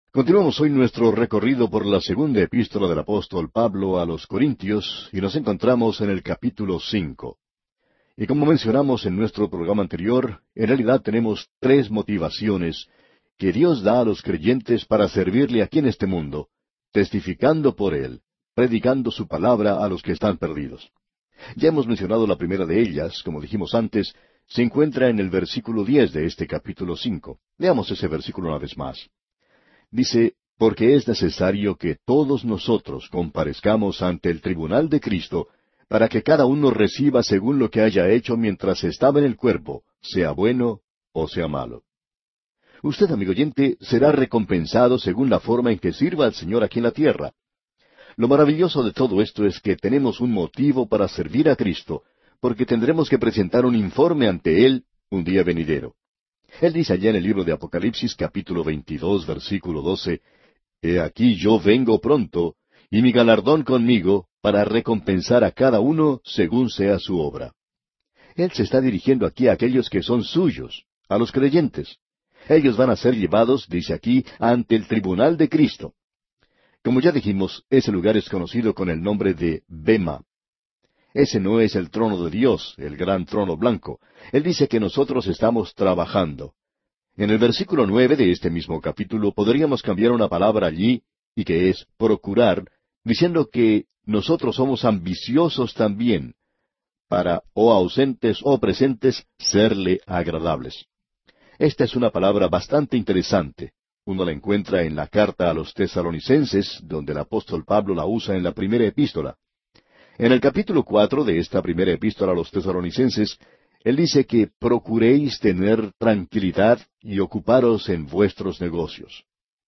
Continuamos hoy nuestro recorrido por la segunda epístola del apóstol Pablo a los Corintios y nos encontramos en el capítulo 5. Y como mencionamos en nuestro programa anterior, en realidad tenemos tres motivaciones que Dios da a los creyentes para servirle aquí en este mundo, testificando por Él, predicando su palabra a los que están perdidos. Ya hemos mencionado la primera de ellas, como dijimos antes, se encuentra en el versículo 10 de este capítulo 5. Leamos ese versículo una vez más. Dice, porque es necesario que todos nosotros comparezcamos ante el tribunal de Cristo, para que cada uno reciba según lo que haya hecho mientras estaba en el cuerpo, sea bueno o sea malo. Usted, amigo oyente, será recompensado según la forma en que sirva al Señor aquí en la tierra. Lo maravilloso de todo esto es que tenemos un motivo para servir a Cristo, porque tendremos que presentar un informe ante Él un día venidero. Él dice allá en el libro de Apocalipsis, capítulo 22, versículo 12, He aquí yo vengo pronto, y mi galardón conmigo, para recompensar a cada uno según sea su obra. Él se está dirigiendo aquí a aquellos que son suyos, a los creyentes. Ellos van a ser llevados, dice aquí, ante el tribunal de Cristo. Como ya dijimos, ese lugar es conocido con el nombre de Bema. Ese no es el trono de Dios, el gran trono blanco. Él dice que nosotros estamos trabajando. En el versículo 9 de este mismo capítulo podríamos cambiar una palabra allí, y que es procurar, diciendo que nosotros somos ambiciosos también, para, o ausentes o presentes, serle agradables. Esta es una palabra bastante interesante. Uno la encuentra en la carta a los tesalonicenses, donde el apóstol Pablo la usa en la primera epístola. En el capítulo 4 de esta primera epístola a los tesalonicenses, él dice que procuréis tener tranquilidad y ocuparos en vuestros negocios.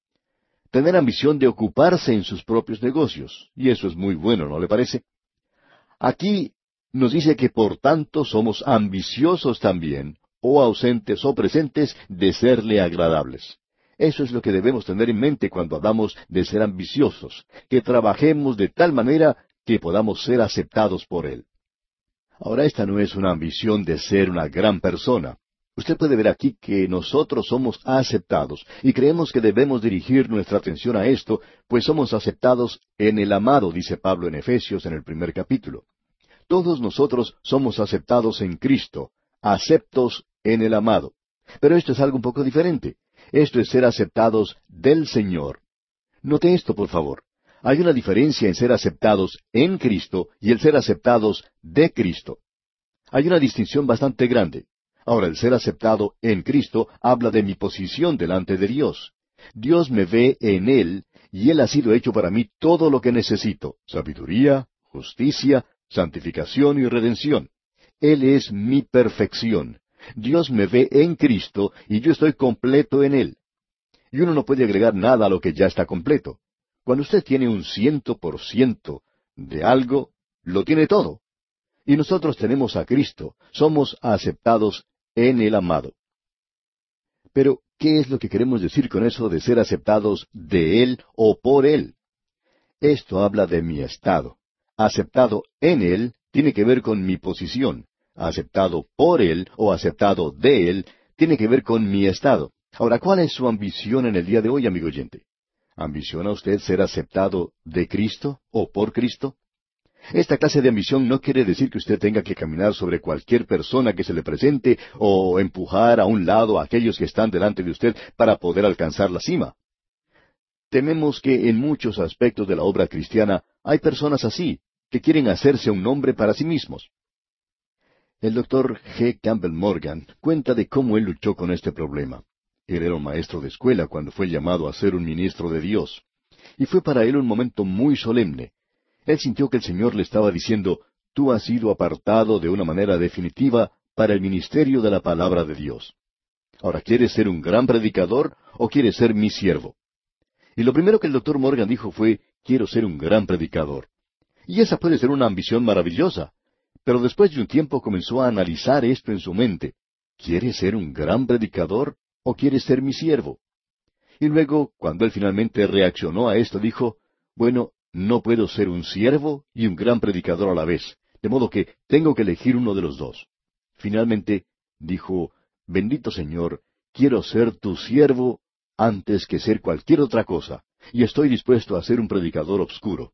Tener ambición de ocuparse en sus propios negocios, y eso es muy bueno, ¿no le parece? Aquí nos dice que por tanto somos ambiciosos también, o ausentes o presentes, de serle agradables. Eso es lo que debemos tener en mente cuando hablamos de ser ambiciosos, que trabajemos de tal manera que podamos ser aceptados por Él. Ahora, esta no es una ambición de ser una gran persona. Usted puede ver aquí que nosotros somos aceptados, y creemos que debemos dirigir nuestra atención a esto, pues somos aceptados en el amado, dice Pablo en Efesios en el primer capítulo. Todos nosotros somos aceptados en Cristo, aceptos en el amado. Pero esto es algo un poco diferente. Esto es ser aceptados del Señor. Note esto, por favor. Hay una diferencia en ser aceptados en Cristo y el ser aceptados de Cristo. Hay una distinción bastante grande. Ahora, el ser aceptado en Cristo habla de mi posición delante de Dios. Dios me ve en Él y Él ha sido hecho para mí todo lo que necesito: sabiduría, justicia, santificación y redención. Él es mi perfección. Dios me ve en Cristo y yo estoy completo en Él. Y uno no puede agregar nada a lo que ya está completo. Cuando usted tiene un 100% de algo, lo tiene todo. Y nosotros tenemos a Cristo, somos aceptados en el amado. Pero, ¿qué es lo que queremos decir con eso de ser aceptados de Él o por Él? Esto habla de mi estado. Aceptado en Él tiene que ver con mi posición. Aceptado por Él o aceptado de Él tiene que ver con mi estado. Ahora, ¿cuál es su ambición en el día de hoy, amigo oyente? ¿Ambiciona usted ser aceptado de Cristo o por Cristo? Esta clase de ambición no quiere decir que usted tenga que caminar sobre cualquier persona que se le presente o empujar a un lado a aquellos que están delante de usted para poder alcanzar la cima. Tememos que en muchos aspectos de la obra cristiana hay personas así, que quieren hacerse un nombre para sí mismos. El doctor G. Campbell Morgan cuenta de cómo él luchó con este problema. Él era un maestro de escuela cuando fue llamado a ser un ministro de Dios. Y fue para él un momento muy solemne. Él sintió que el Señor le estaba diciendo, tú has sido apartado de una manera definitiva para el ministerio de la palabra de Dios. Ahora, ¿quieres ser un gran predicador o quieres ser mi siervo? Y lo primero que el doctor Morgan dijo fue, quiero ser un gran predicador. Y esa puede ser una ambición maravillosa. Pero después de un tiempo comenzó a analizar esto en su mente. ¿Quieres ser un gran predicador o quieres ser mi siervo? Y luego, cuando él finalmente reaccionó a esto, dijo, bueno, no puedo ser un siervo y un gran predicador a la vez, de modo que tengo que elegir uno de los dos. Finalmente, dijo, bendito Señor, quiero ser tu siervo antes que ser cualquier otra cosa, y estoy dispuesto a ser un predicador obscuro.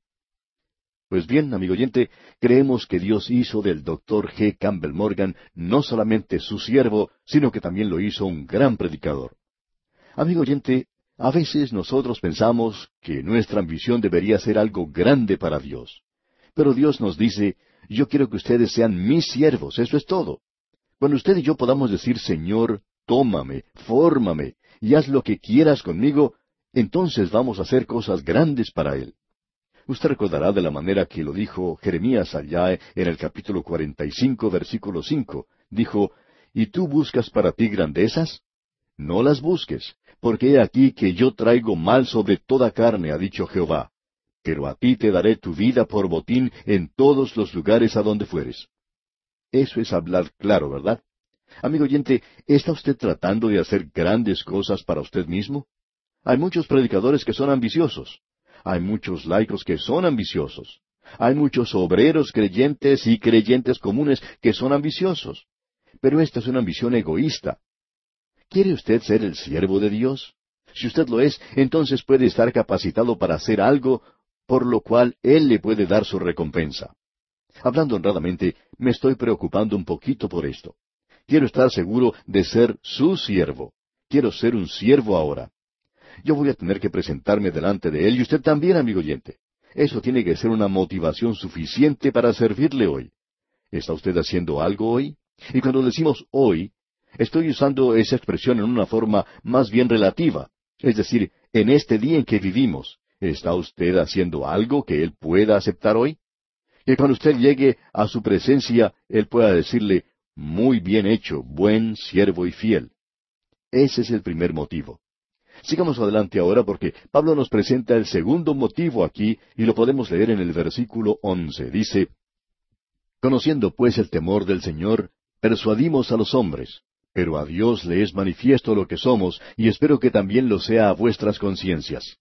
Pues bien, amigo oyente, creemos que Dios hizo del Dr. G. Campbell Morgan no solamente su siervo, sino que también lo hizo un gran predicador. Amigo oyente, a veces nosotros pensamos que nuestra ambición debería ser algo grande para Dios. Pero Dios nos dice, yo quiero que ustedes sean mis siervos, eso es todo. Cuando usted y yo podamos decir, Señor, tómame, fórmame, y haz lo que quieras conmigo, entonces vamos a hacer cosas grandes para Él. Usted recordará de la manera que lo dijo Jeremías allá en el capítulo 45, versículo 5. Dijo, ¿y tú buscas para ti grandezas? No las busques, porque he aquí que yo traigo mal sobre toda carne, ha dicho Jehová. Pero a ti te daré tu vida por botín en todos los lugares a donde fueres. Eso es hablar claro, ¿verdad? Amigo oyente, ¿está usted tratando de hacer grandes cosas para usted mismo? Hay muchos predicadores que son ambiciosos. Hay muchos laicos que son ambiciosos. Hay muchos obreros creyentes y creyentes comunes que son ambiciosos. Pero esta es una ambición egoísta. ¿Quiere usted ser el siervo de Dios? Si usted lo es, entonces puede estar capacitado para hacer algo por lo cual Él le puede dar su recompensa. Hablando honradamente, me estoy preocupando un poquito por esto. Quiero estar seguro de ser su siervo. Quiero ser un siervo ahora. Yo voy a tener que presentarme delante de Él y usted también, amigo oyente. Eso tiene que ser una motivación suficiente para servirle hoy. ¿Está usted haciendo algo hoy? Y cuando decimos hoy, estoy usando esa expresión en una forma más bien relativa. Es decir, en este día en que vivimos, ¿está usted haciendo algo que Él pueda aceptar hoy? Que cuando usted llegue a su presencia, Él pueda decirle, muy bien hecho, buen siervo y fiel. Ese es el primer motivo. Sigamos adelante ahora porque Pablo nos presenta el segundo motivo aquí y lo podemos leer en el versículo 11. Dice, conociendo pues el temor del Señor, persuadimos a los hombres, pero a Dios le es manifiesto lo que somos y espero que también lo sea a vuestras conciencias.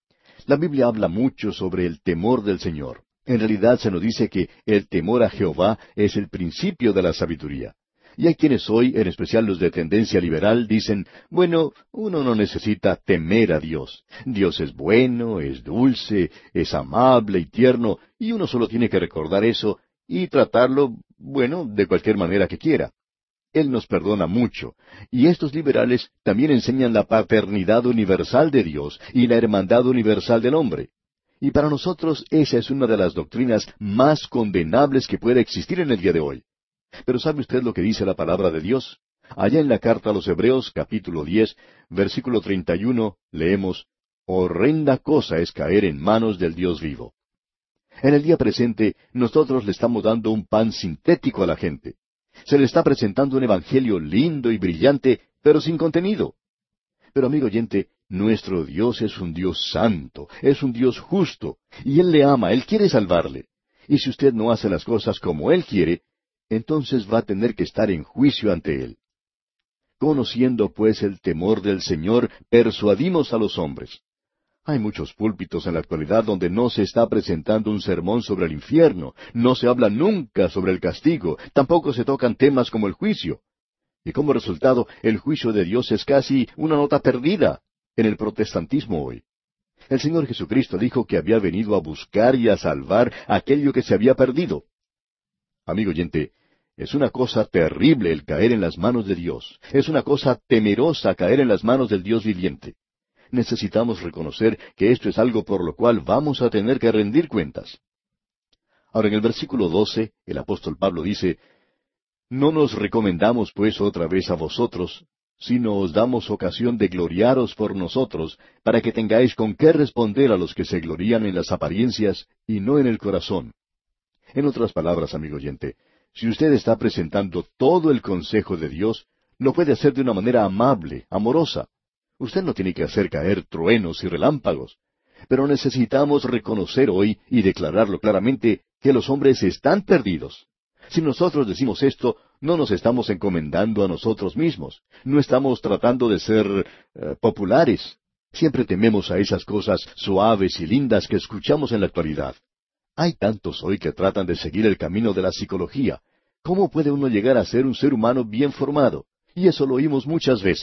La Biblia habla mucho sobre el temor del Señor. En realidad se nos dice que el temor a Jehová es el principio de la sabiduría. Y hay quienes hoy, en especial los de tendencia liberal, dicen, bueno, uno no necesita temer a Dios. Dios es bueno, es dulce, es amable y tierno, y uno solo tiene que recordar eso y tratarlo, bueno, de cualquier manera que quiera. Él nos perdona mucho. Y estos liberales también enseñan la paternidad universal de Dios y la hermandad universal del hombre. Y para nosotros esa es una de las doctrinas más condenables que puede existir en el día de hoy. Pero ¿sabe usted lo que dice la palabra de Dios? Allá en la carta a los Hebreos, capítulo 10, versículo 31, leemos, horrenda cosa es caer en manos del Dios vivo. En el día presente, nosotros le estamos dando un pan sintético a la gente. Se le está presentando un evangelio lindo y brillante, pero sin contenido. Pero amigo oyente, nuestro Dios es un Dios santo, es un Dios justo, y Él le ama, Él quiere salvarle. Y si usted no hace las cosas como Él quiere, entonces va a tener que estar en juicio ante Él. Conociendo pues el temor del Señor, persuadimos a los hombres. Hay muchos púlpitos en la actualidad donde no se está presentando un sermón sobre el infierno, no se habla nunca sobre el castigo, tampoco se tocan temas como el juicio. Y como resultado, el juicio de Dios es casi una nota perdida en el protestantismo hoy. El Señor Jesucristo dijo que había venido a buscar y a salvar aquello que se había perdido. Amigo oyente, es una cosa terrible el caer en las manos de Dios. Es una cosa temerosa caer en las manos del Dios viviente. Necesitamos reconocer que esto es algo por lo cual vamos a tener que rendir cuentas. Ahora, en el versículo 12, el apóstol Pablo dice, no nos recomendamos pues otra vez a vosotros, sino os damos ocasión de gloriaros por nosotros, para que tengáis con qué responder a los que se glorían en las apariencias y no en el corazón. En otras palabras, amigo oyente, si usted está presentando todo el consejo de Dios, lo puede hacer de una manera amable, amorosa. Usted no tiene que hacer caer truenos y relámpagos. Pero necesitamos reconocer hoy y declararlo claramente que los hombres están perdidos. Si nosotros decimos esto, no nos estamos encomendando a nosotros mismos. No estamos tratando de ser populares. Siempre tememos a esas cosas suaves y lindas que escuchamos en la actualidad. Hay tantos hoy que tratan de seguir el camino de la psicología. ¿Cómo puede uno llegar a ser un ser humano bien formado? Y eso lo oímos muchas veces.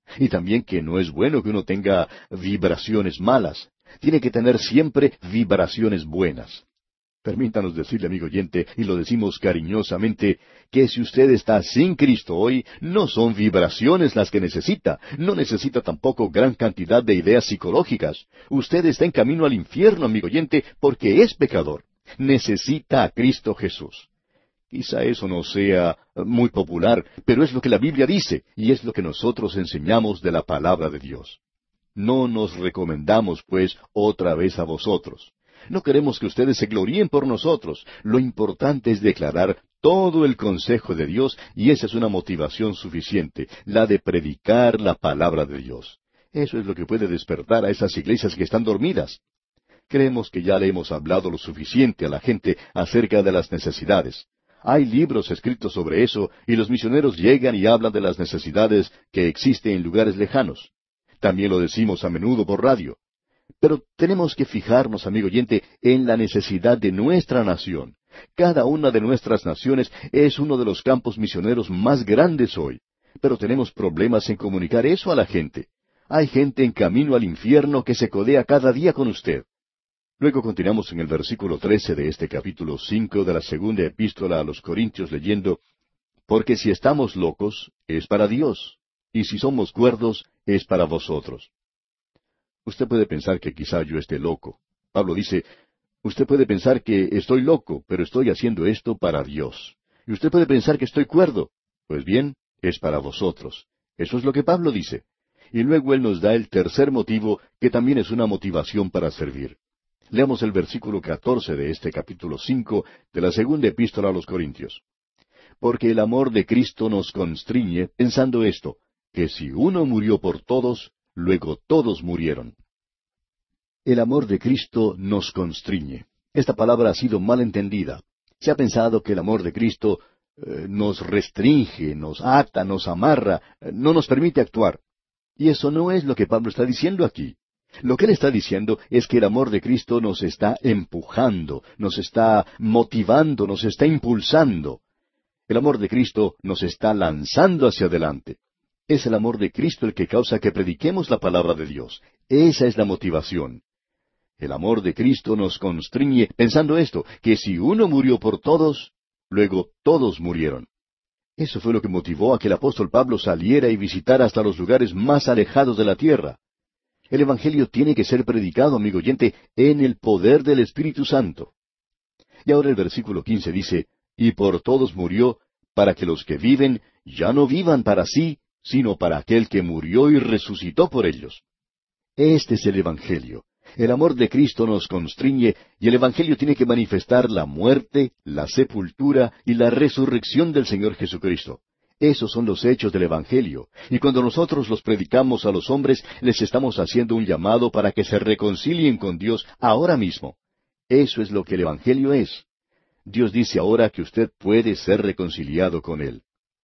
Y también que no es bueno que uno tenga vibraciones malas. Tiene que tener siempre vibraciones buenas. Permítanos decirle, amigo oyente, y lo decimos cariñosamente, que si usted está sin Cristo hoy, no son vibraciones las que necesita, no necesita tampoco gran cantidad de ideas psicológicas. Usted está en camino al infierno, amigo oyente, porque es pecador. Necesita a Cristo Jesús. Quizá eso no sea muy popular, pero es lo que la Biblia dice, y es lo que nosotros enseñamos de la palabra de Dios. No nos recomendamos, pues, otra vez a vosotros. No queremos que ustedes se gloríen por nosotros. Lo importante es declarar todo el consejo de Dios, y esa es una motivación suficiente, la de predicar la palabra de Dios. Eso es lo que puede despertar a esas iglesias que están dormidas. Creemos que ya le hemos hablado lo suficiente a la gente acerca de las necesidades. Hay libros escritos sobre eso, y los misioneros llegan y hablan de las necesidades que existen en lugares lejanos. También lo decimos a menudo por radio. Pero tenemos que fijarnos, amigo oyente, en la necesidad de nuestra nación. Cada una de nuestras naciones es uno de los campos misioneros más grandes hoy. Pero tenemos problemas en comunicar eso a la gente. Hay gente en camino al infierno que se codea cada día con usted. Luego continuamos en el versículo 13 de este capítulo 5 de la segunda epístola a los Corintios leyendo, porque si estamos locos, es para Dios, y si somos cuerdos, es para vosotros. Usted puede pensar que quizá yo esté loco. Pablo dice, usted puede pensar que estoy loco, pero estoy haciendo esto para Dios. Y usted puede pensar que estoy cuerdo. Pues bien, es para vosotros. Eso es lo que Pablo dice. Y luego él nos da el tercer motivo, que también es una motivación para servir. Leamos el versículo 14 de este capítulo 5 de la segunda epístola a los Corintios. Porque el amor de Cristo nos constriñe, pensando esto, que si uno murió por todos, luego todos murieron. El amor de Cristo nos constriñe. Esta palabra ha sido mal entendida. Se ha pensado que el amor de Cristo nos restringe, nos ata, nos amarra, no nos permite actuar. Y eso no es lo que Pablo está diciendo aquí. Lo que él está diciendo es que el amor de Cristo nos está empujando, nos está motivando, nos está impulsando. El amor de Cristo nos está lanzando hacia adelante. Es el amor de Cristo el que causa que prediquemos la palabra de Dios. Esa es la motivación. El amor de Cristo nos constriñe pensando esto, que si uno murió por todos, luego todos murieron. Eso fue lo que motivó a que el apóstol Pablo saliera y visitara hasta los lugares más alejados de la tierra. El Evangelio tiene que ser predicado, amigo oyente, en el poder del Espíritu Santo. Y ahora el versículo 15 dice, y por todos murió, para que los que viven ya no vivan para sí, sino para aquel que murió y resucitó por ellos. Este es el Evangelio. El amor de Cristo nos constriñe y el Evangelio tiene que manifestar la muerte, la sepultura y la resurrección del Señor Jesucristo. Esos son los hechos del Evangelio, y cuando nosotros los predicamos a los hombres, les estamos haciendo un llamado para que se reconcilien con Dios ahora mismo. Eso es lo que el Evangelio es. Dios dice ahora que usted puede ser reconciliado con Él.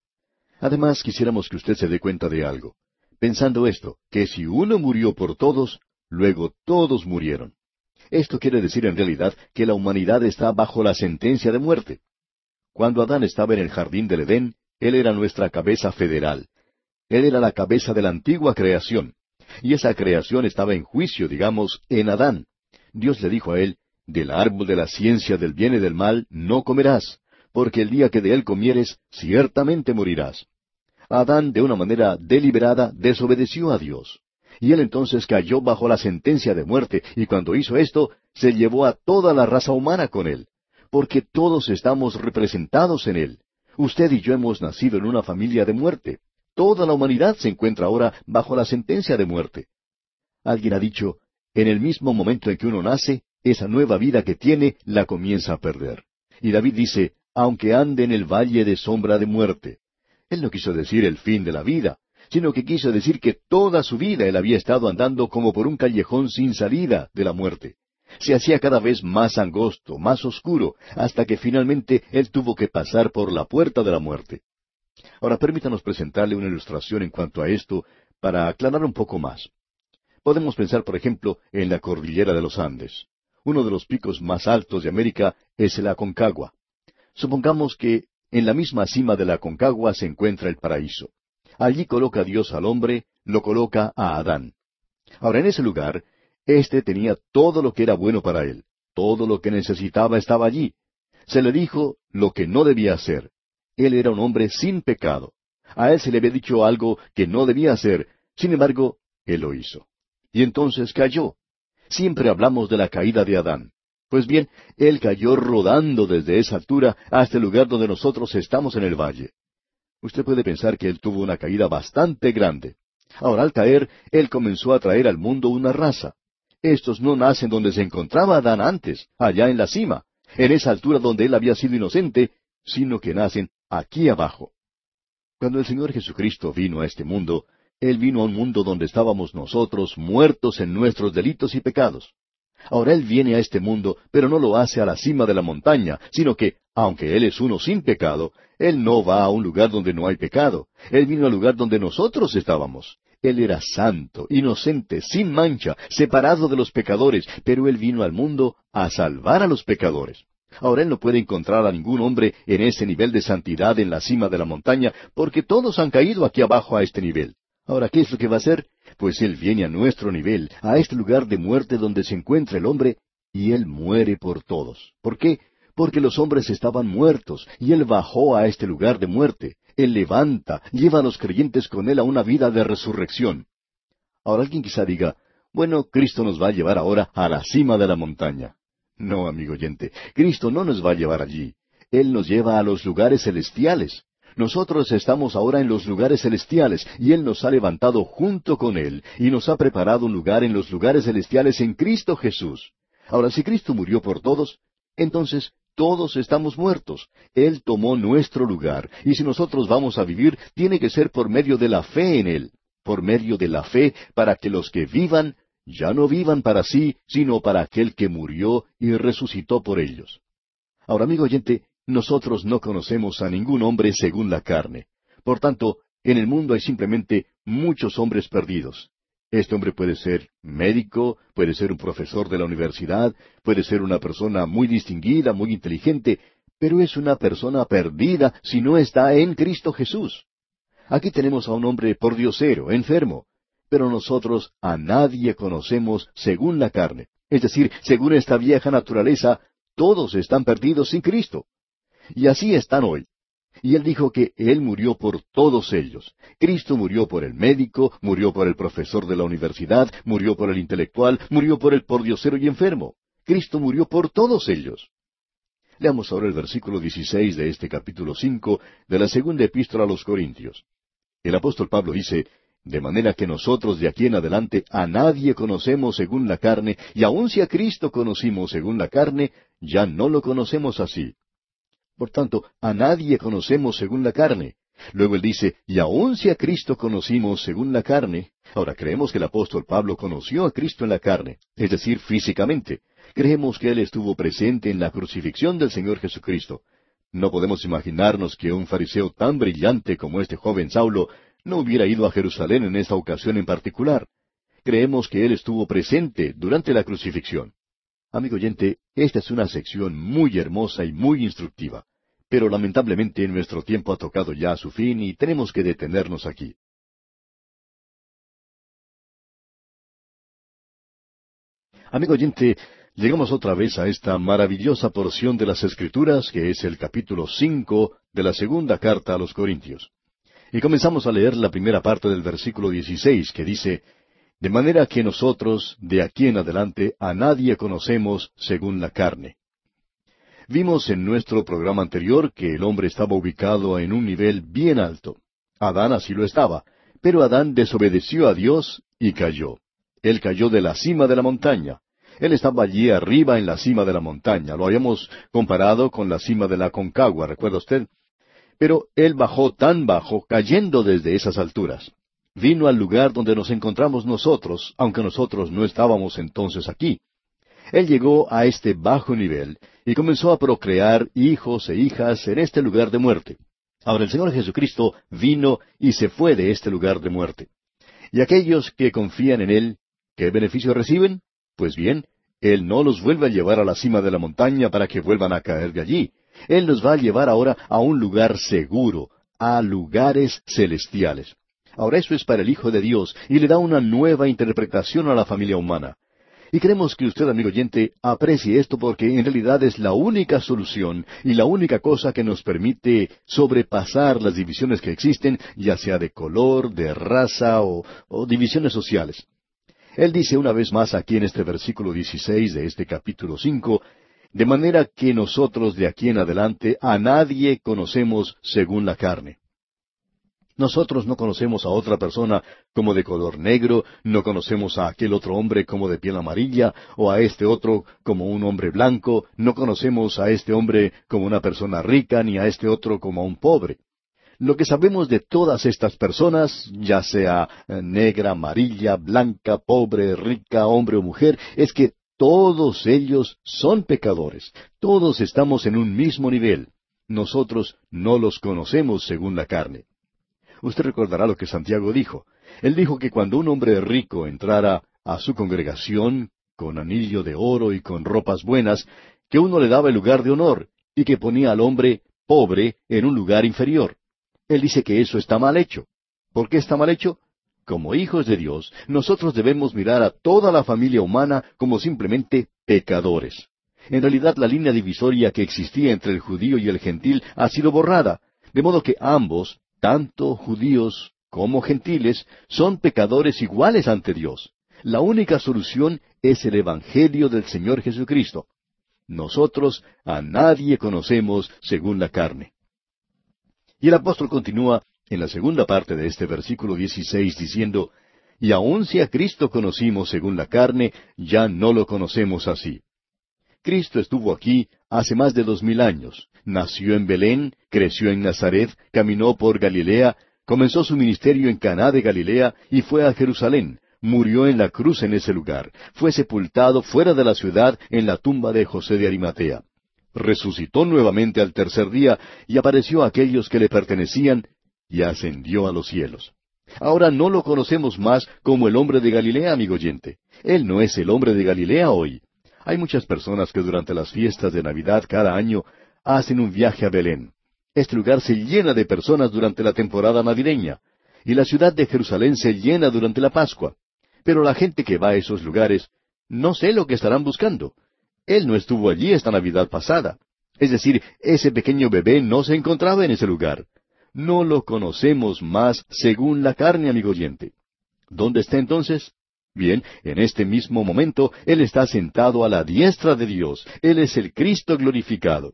Además, quisiéramos que usted se dé cuenta de algo. Pensando esto, que si uno murió por todos, luego todos murieron. Esto quiere decir en realidad que la humanidad está bajo la sentencia de muerte. Cuando Adán estaba en el jardín del Edén, él era nuestra cabeza federal. Él era la cabeza de la antigua creación. Y esa creación estaba en juicio, digamos, en Adán. Dios le dijo a él, del árbol de la ciencia del bien y del mal no comerás, porque el día que de él comieres, ciertamente morirás. Adán, de una manera deliberada, desobedeció a Dios. Y él entonces cayó bajo la sentencia de muerte, y cuando hizo esto, se llevó a toda la raza humana con él, porque todos estamos representados en él. Usted y yo hemos nacido en una familia de muerte. Toda la humanidad se encuentra ahora bajo la sentencia de muerte. Alguien ha dicho, en el mismo momento en que uno nace, esa nueva vida que tiene la comienza a perder. Y David dice, aunque ande en el valle de sombra de muerte. Él no quiso decir el fin de la vida, sino que quiso decir que toda su vida él había estado andando como por un callejón sin salida de la muerte. Se hacía cada vez más angosto, más oscuro, hasta que finalmente él tuvo que pasar por la puerta de la muerte. Ahora permítanos presentarle una ilustración en cuanto a esto, para aclarar un poco más. Podemos pensar, por ejemplo, en la cordillera de los Andes. Uno de los picos más altos de América es el Aconcagua. Supongamos que en la misma cima de la Aconcagua se encuentra el paraíso. Allí coloca Dios al hombre, lo coloca a Adán. Ahora, en ese lugar, éste tenía todo lo que era bueno para él. Todo lo que necesitaba estaba allí. Se le dijo lo que no debía hacer. Él era un hombre sin pecado. A él se le había dicho algo que no debía hacer. Sin embargo, él lo hizo. Y entonces cayó. Siempre hablamos de la caída de Adán. Pues bien, él cayó rodando desde esa altura hasta el lugar donde nosotros estamos en el valle. Usted puede pensar que él tuvo una caída bastante grande. Ahora, al caer, él comenzó a traer al mundo una raza. Estos no nacen donde se encontraba Adán antes, allá en la cima, en esa altura donde él había sido inocente, sino que nacen aquí abajo. Cuando el Señor Jesucristo vino a este mundo, Él vino a un mundo donde estábamos nosotros muertos en nuestros delitos y pecados. Ahora Él viene a este mundo, pero no lo hace a la cima de la montaña, sino que, aunque Él es uno sin pecado, Él no va a un lugar donde no hay pecado. Él vino al lugar donde nosotros estábamos. Él era santo, inocente, sin mancha, separado de los pecadores, pero Él vino al mundo a salvar a los pecadores. Ahora Él no puede encontrar a ningún hombre en ese nivel de santidad en la cima de la montaña, porque todos han caído aquí abajo a este nivel. Ahora, ¿qué es lo que va a hacer? Pues Él viene a nuestro nivel, a este lugar de muerte donde se encuentra el hombre, y Él muere por todos. ¿Por qué? Porque los hombres estaban muertos, y Él bajó a este lugar de muerte. Él levanta, lleva a los creyentes con Él a una vida de resurrección. Ahora alguien quizá diga, bueno, Cristo nos va a llevar ahora a la cima de la montaña. No, amigo oyente, Cristo no nos va a llevar allí. Él nos lleva a los lugares celestiales. Nosotros estamos ahora en los lugares celestiales, y Él nos ha levantado junto con Él, y nos ha preparado un lugar en los lugares celestiales en Cristo Jesús. Ahora, si Cristo murió por todos, entonces todos estamos muertos. Él tomó nuestro lugar, y si nosotros vamos a vivir, tiene que ser por medio de la fe en Él, por medio de la fe, para que los que vivan, ya no vivan para sí, sino para aquel que murió y resucitó por ellos. Ahora, amigo oyente, nosotros no conocemos a ningún hombre según la carne. Por tanto, en el mundo hay simplemente muchos hombres perdidos. Este hombre puede ser médico, puede ser un profesor de la universidad, puede ser una persona muy distinguida, muy inteligente, pero es una persona perdida si no está en Cristo Jesús. Aquí tenemos a un hombre pordiosero, enfermo, pero nosotros a nadie conocemos según la carne. Es decir, según esta vieja naturaleza, todos están perdidos sin Cristo. Y así están hoy. Y Él dijo que Él murió por todos ellos. Cristo murió por el médico, murió por el profesor de la universidad, murió por el intelectual, murió por el pordiosero y enfermo. Cristo murió por todos ellos. Leamos ahora el versículo 16 de este capítulo 5 de la segunda epístola a los Corintios. El apóstol Pablo dice, de manera que nosotros de aquí en adelante a nadie conocemos según la carne, y aun si a Cristo conocimos según la carne, ya no lo conocemos así. Por tanto, a nadie conocemos según la carne. Luego él dice, y aun si a Cristo conocimos según la carne. Ahora, creemos que el apóstol Pablo conoció a Cristo en la carne, es decir, físicamente. Creemos que él estuvo presente en la crucifixión del Señor Jesucristo. No podemos imaginarnos que un fariseo tan brillante como este joven Saulo no hubiera ido a Jerusalén en esta ocasión en particular. Creemos que él estuvo presente durante la crucifixión. Amigo oyente, esta es una sección muy hermosa y muy instructiva, pero lamentablemente nuestro tiempo ha tocado ya a su fin y tenemos que detenernos aquí. Amigo oyente, llegamos otra vez a esta maravillosa porción de las Escrituras, que es el capítulo 5 de la segunda carta a los Corintios. Y comenzamos a leer la primera parte del versículo 16, que dice, de manera que nosotros, de aquí en adelante, a nadie conocemos según la carne. Vimos en nuestro programa anterior que el hombre estaba ubicado en un nivel bien alto. Adán así lo estaba, pero Adán desobedeció a Dios y cayó. Él cayó de la cima de la montaña. Él estaba allí arriba en la cima de la montaña. Lo habíamos comparado con la cima de la Concagua, ¿recuerda usted? Pero él bajó tan bajo, cayendo desde esas alturas. Vino al lugar donde nos encontramos nosotros, aunque nosotros no estábamos entonces aquí. Él llegó a este bajo nivel y comenzó a procrear hijos e hijas en este lugar de muerte. Ahora el Señor Jesucristo vino y se fue de este lugar de muerte. Y aquellos que confían en Él, ¿qué beneficio reciben? Pues bien, Él no los vuelve a llevar a la cima de la montaña para que vuelvan a caer de allí. Él nos va a llevar ahora a un lugar seguro, a lugares celestiales. Ahora eso es para el Hijo de Dios y le da una nueva interpretación a la familia humana. Y queremos que usted, amigo oyente, aprecie esto porque en realidad es la única solución y la única cosa que nos permite sobrepasar las divisiones que existen, ya sea de color, de raza o divisiones sociales. Él dice una vez más aquí en este versículo 16 de este capítulo 5, de manera que nosotros de aquí en adelante a nadie conocemos según la carne. Nosotros no conocemos a otra persona como de color negro, no conocemos a aquel otro hombre como de piel amarilla, o a este otro como un hombre blanco, no conocemos a este hombre como una persona rica, ni a este otro como a un pobre. Lo que sabemos de todas estas personas, ya sea negra, amarilla, blanca, pobre, rica, hombre o mujer, es que todos ellos son pecadores. Todos estamos en un mismo nivel. Nosotros no los conocemos según la carne. Usted recordará lo que Santiago dijo. Él dijo que cuando un hombre rico entrara a su congregación con anillo de oro y con ropas buenas, que uno le daba el lugar de honor y que ponía al hombre pobre en un lugar inferior. Él dice que eso está mal hecho. ¿Por qué está mal hecho? Como hijos de Dios, nosotros debemos mirar a toda la familia humana como simplemente pecadores. En realidad, la línea divisoria que existía entre el judío y el gentil ha sido borrada, de modo que ambos, tanto judíos como gentiles, son pecadores iguales ante Dios. La única solución es el Evangelio del Señor Jesucristo. Nosotros a nadie conocemos según la carne. Y el apóstol continúa en la segunda parte de este versículo 16 diciendo, y aun si a Cristo conocimos según la carne, ya no lo conocemos así. Cristo estuvo aquí hace más de 2000 años. Nació en Belén, creció en Nazaret, caminó por Galilea, comenzó su ministerio en Caná de Galilea y fue a Jerusalén. Murió en la cruz en ese lugar. Fue sepultado fuera de la ciudad en la tumba de José de Arimatea. Resucitó nuevamente al tercer día y apareció a aquellos que le pertenecían y ascendió a los cielos. Ahora no lo conocemos más como el hombre de Galilea, amigo oyente. Él no es el hombre de Galilea hoy. Hay muchas personas que durante las fiestas de Navidad cada año hacen un viaje a Belén. Este lugar se llena de personas durante la temporada navideña, y la ciudad de Jerusalén se llena durante la Pascua. Pero la gente que va a esos lugares, no sé lo que estarán buscando. Él no estuvo allí esta Navidad pasada. Es decir, ese pequeño bebé no se encontraba en ese lugar. No lo conocemos más según la carne, amigo oyente. ¿Dónde está entonces? Bien, en este mismo momento, Él está sentado a la diestra de Dios. Él es el Cristo glorificado.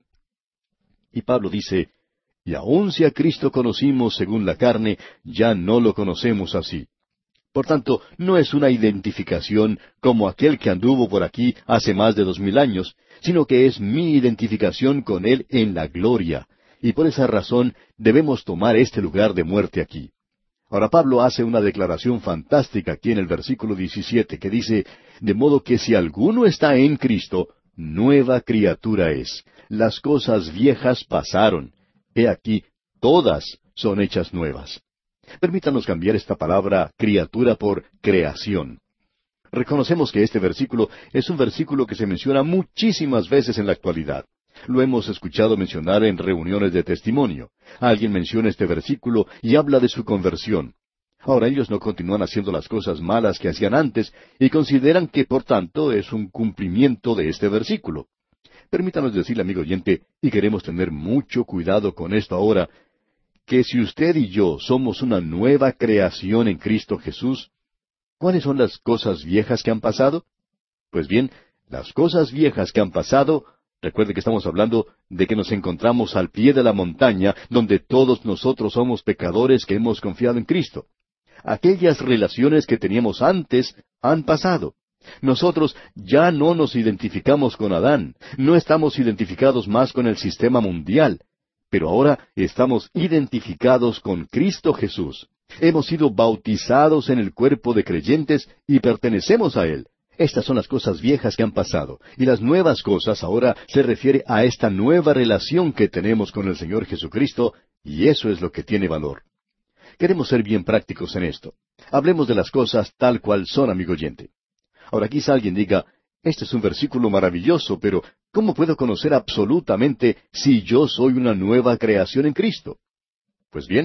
Y Pablo dice, y aun si a Cristo conocimos según la carne, ya no lo conocemos así. Por tanto, no es una identificación como aquel que anduvo por aquí hace más de 2000 años, sino que es mi identificación con Él en la gloria. Y por esa razón debemos tomar este lugar de muerte aquí. Ahora Pablo hace una declaración fantástica aquí en el versículo 17 que dice, de modo que si alguno está en Cristo, nueva criatura es. Las cosas viejas pasaron. He aquí, todas son hechas nuevas. Permítanos cambiar esta palabra criatura por creación. Reconocemos que este versículo es un versículo que se menciona muchísimas veces en la actualidad. Lo hemos escuchado mencionar en reuniones de testimonio. Alguien menciona este versículo y habla de su conversión. Ahora ellos no continúan haciendo las cosas malas que hacían antes y consideran que por tanto es un cumplimiento de este versículo. Permítanos decirle, amigo oyente, y queremos tener mucho cuidado con esto ahora, que si usted y yo somos una nueva creación en Cristo Jesús, ¿cuáles son las cosas viejas que han pasado? Pues bien, las cosas viejas que han pasado, recuerde que estamos hablando de que nos encontramos al pie de la montaña, donde todos nosotros somos pecadores que hemos confiado en Cristo. Aquellas relaciones que teníamos antes han pasado. Nosotros ya no nos identificamos con Adán, no estamos identificados más con el sistema mundial, pero ahora estamos identificados con Cristo Jesús. Hemos sido bautizados en el cuerpo de creyentes y pertenecemos a Él. Estas son las cosas viejas que han pasado, y las nuevas cosas ahora se refiere a esta nueva relación que tenemos con el Señor Jesucristo, y eso es lo que tiene valor. Queremos ser bien prácticos en esto. Hablemos de las cosas tal cual son, amigo oyente. Ahora quizá alguien diga, este es un versículo maravilloso, pero ¿cómo puedo conocer absolutamente si yo soy una nueva creación en Cristo? Pues bien,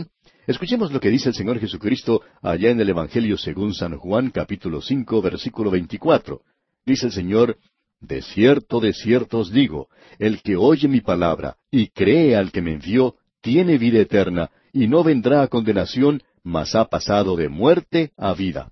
Escuchemos lo que dice el Señor Jesucristo allá en el Evangelio según San Juan, capítulo 5, versículo 24. Dice el Señor: de cierto os digo, el que oye mi palabra y cree al que me envió, tiene vida eterna, y no vendrá a condenación, mas ha pasado de muerte a vida.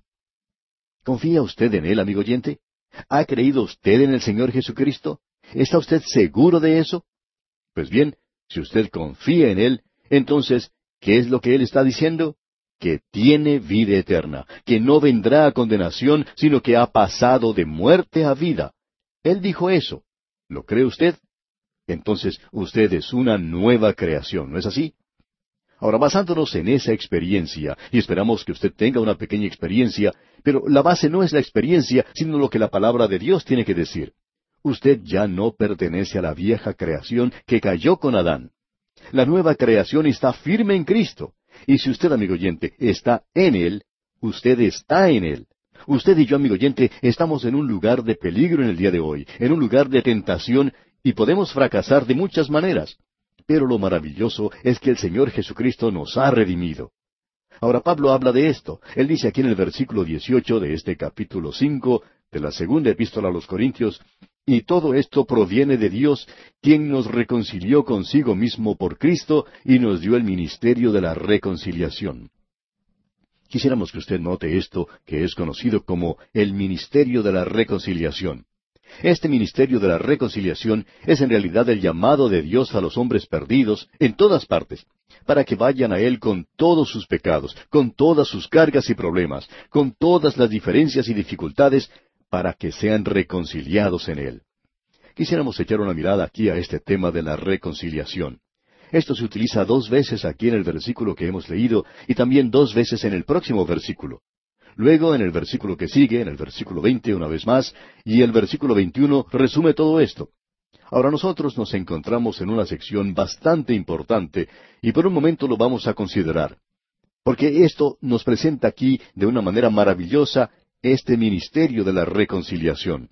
¿Confía usted en Él, amigo oyente? ¿Ha creído usted en el Señor Jesucristo? ¿Está usted seguro de eso? Pues bien, si usted confía en Él, entonces, ¿qué es lo que Él está diciendo? Que tiene vida eterna, que no vendrá a condenación, sino que ha pasado de muerte a vida. Él dijo eso. ¿Lo cree usted? Entonces usted es una nueva creación, ¿no es así? Ahora, basándonos en esa experiencia, y esperamos que usted tenga una pequeña experiencia, pero la base no es la experiencia, sino lo que la palabra de Dios tiene que decir. Usted ya no pertenece a la vieja creación que cayó con Adán. La nueva creación está firme en Cristo. Y si usted, amigo oyente, está en Él, usted está en Él. Usted y yo, amigo oyente, estamos en un lugar de peligro en el día de hoy, en un lugar de tentación, y podemos fracasar de muchas maneras. Pero lo maravilloso es que el Señor Jesucristo nos ha redimido. Ahora Pablo habla de esto. Él dice aquí en el versículo 18 de este capítulo 5 de la segunda epístola a los Corintios: y todo esto proviene de Dios, quien nos reconcilió consigo mismo por Cristo y nos dio el ministerio de la reconciliación. Quisiéramos que usted note esto, que es conocido como el ministerio de la reconciliación. Este ministerio de la reconciliación es en realidad el llamado de Dios a los hombres perdidos en todas partes, para que vayan a Él con todos sus pecados, con todas sus cargas y problemas, con todas las diferencias y dificultades, para que sean reconciliados en Él. Quisiéramos echar una mirada aquí a este tema de la reconciliación. Esto se utiliza 2 veces aquí en el versículo que hemos leído y también 2 veces en el próximo versículo. Luego, en el versículo que sigue, en el versículo 20 una vez más, y el versículo 21 resume todo esto. Ahora nosotros nos encontramos en una sección bastante importante y por un momento lo vamos a considerar. Porque esto nos presenta aquí de una manera maravillosa este ministerio de la reconciliación.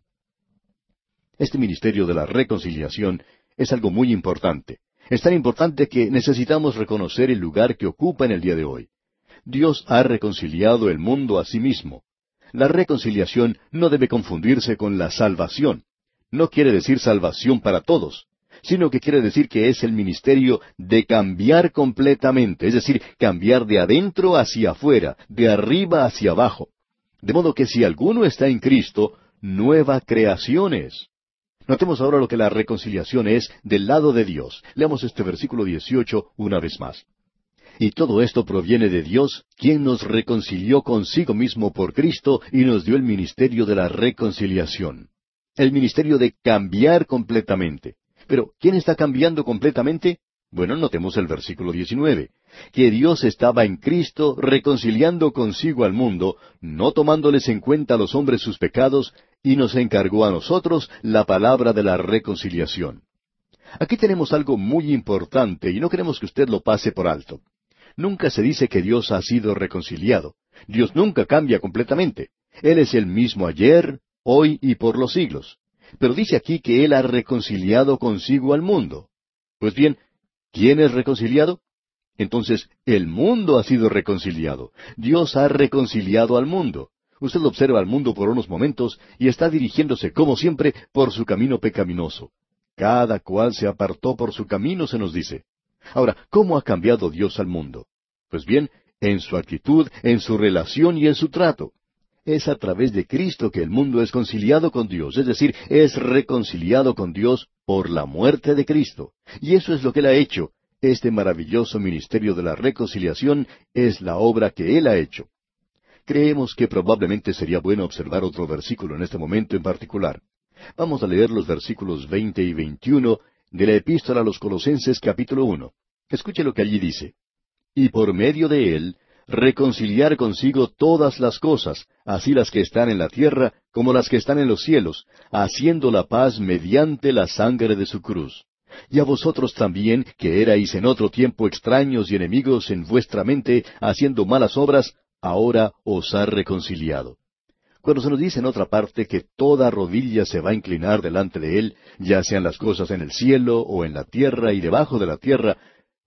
Este ministerio de la reconciliación es algo muy importante. Es tan importante que necesitamos reconocer el lugar que ocupa en el día de hoy. Dios ha reconciliado el mundo a sí mismo. La reconciliación no debe confundirse con la salvación. No quiere decir salvación para todos, sino que quiere decir que es el ministerio de cambiar completamente, es decir, cambiar de adentro hacia afuera, de arriba hacia abajo. De modo que si alguno está en Cristo, nueva creación es. Notemos ahora lo que la reconciliación es del lado de Dios. Leamos este versículo 18 una vez más. Y todo esto proviene de Dios, quien nos reconcilió consigo mismo por Cristo y nos dio el ministerio de la reconciliación. El ministerio de cambiar completamente. Pero, ¿quién está cambiando completamente? Bueno, notemos el versículo 19. Que Dios estaba en Cristo reconciliando consigo al mundo, no tomándoles en cuenta a los hombres sus pecados, y nos encargó a nosotros la palabra de la reconciliación. Aquí tenemos algo muy importante y no queremos que usted lo pase por alto. Nunca se dice que Dios ha sido reconciliado. Dios nunca cambia completamente. Él es el mismo ayer, hoy y por los siglos. Pero dice aquí que Él ha reconciliado consigo al mundo. Pues bien, ¿quién es reconciliado? Entonces, el mundo ha sido reconciliado. Dios ha reconciliado al mundo. Usted observa al mundo por unos momentos y está dirigiéndose, como siempre, por su camino pecaminoso. Cada cual se apartó por su camino, se nos dice. Ahora, ¿cómo ha cambiado Dios al mundo? Pues bien, en su actitud, en su relación y en su trato. Es a través de Cristo que el mundo es conciliado con Dios, es decir, es reconciliado con Dios por la muerte de Cristo. Y eso es lo que Él ha hecho. Este maravilloso ministerio de la reconciliación es la obra que Él ha hecho. Creemos que probablemente sería bueno observar otro versículo en este momento en particular. Vamos a leer los versículos 20 y 21 de la Epístola a los Colosenses capítulo 1. Escuche lo que allí dice. Y por medio de Él, reconciliar consigo todas las cosas, así las que están en la tierra como las que están en los cielos, haciendo la paz mediante la sangre de su cruz. Y a vosotros también, que erais en otro tiempo extraños y enemigos en vuestra mente, haciendo malas obras, ahora os ha reconciliado. Cuando se nos dice en otra parte que toda rodilla se va a inclinar delante de Él, ya sean las cosas en el cielo o en la tierra y debajo de la tierra,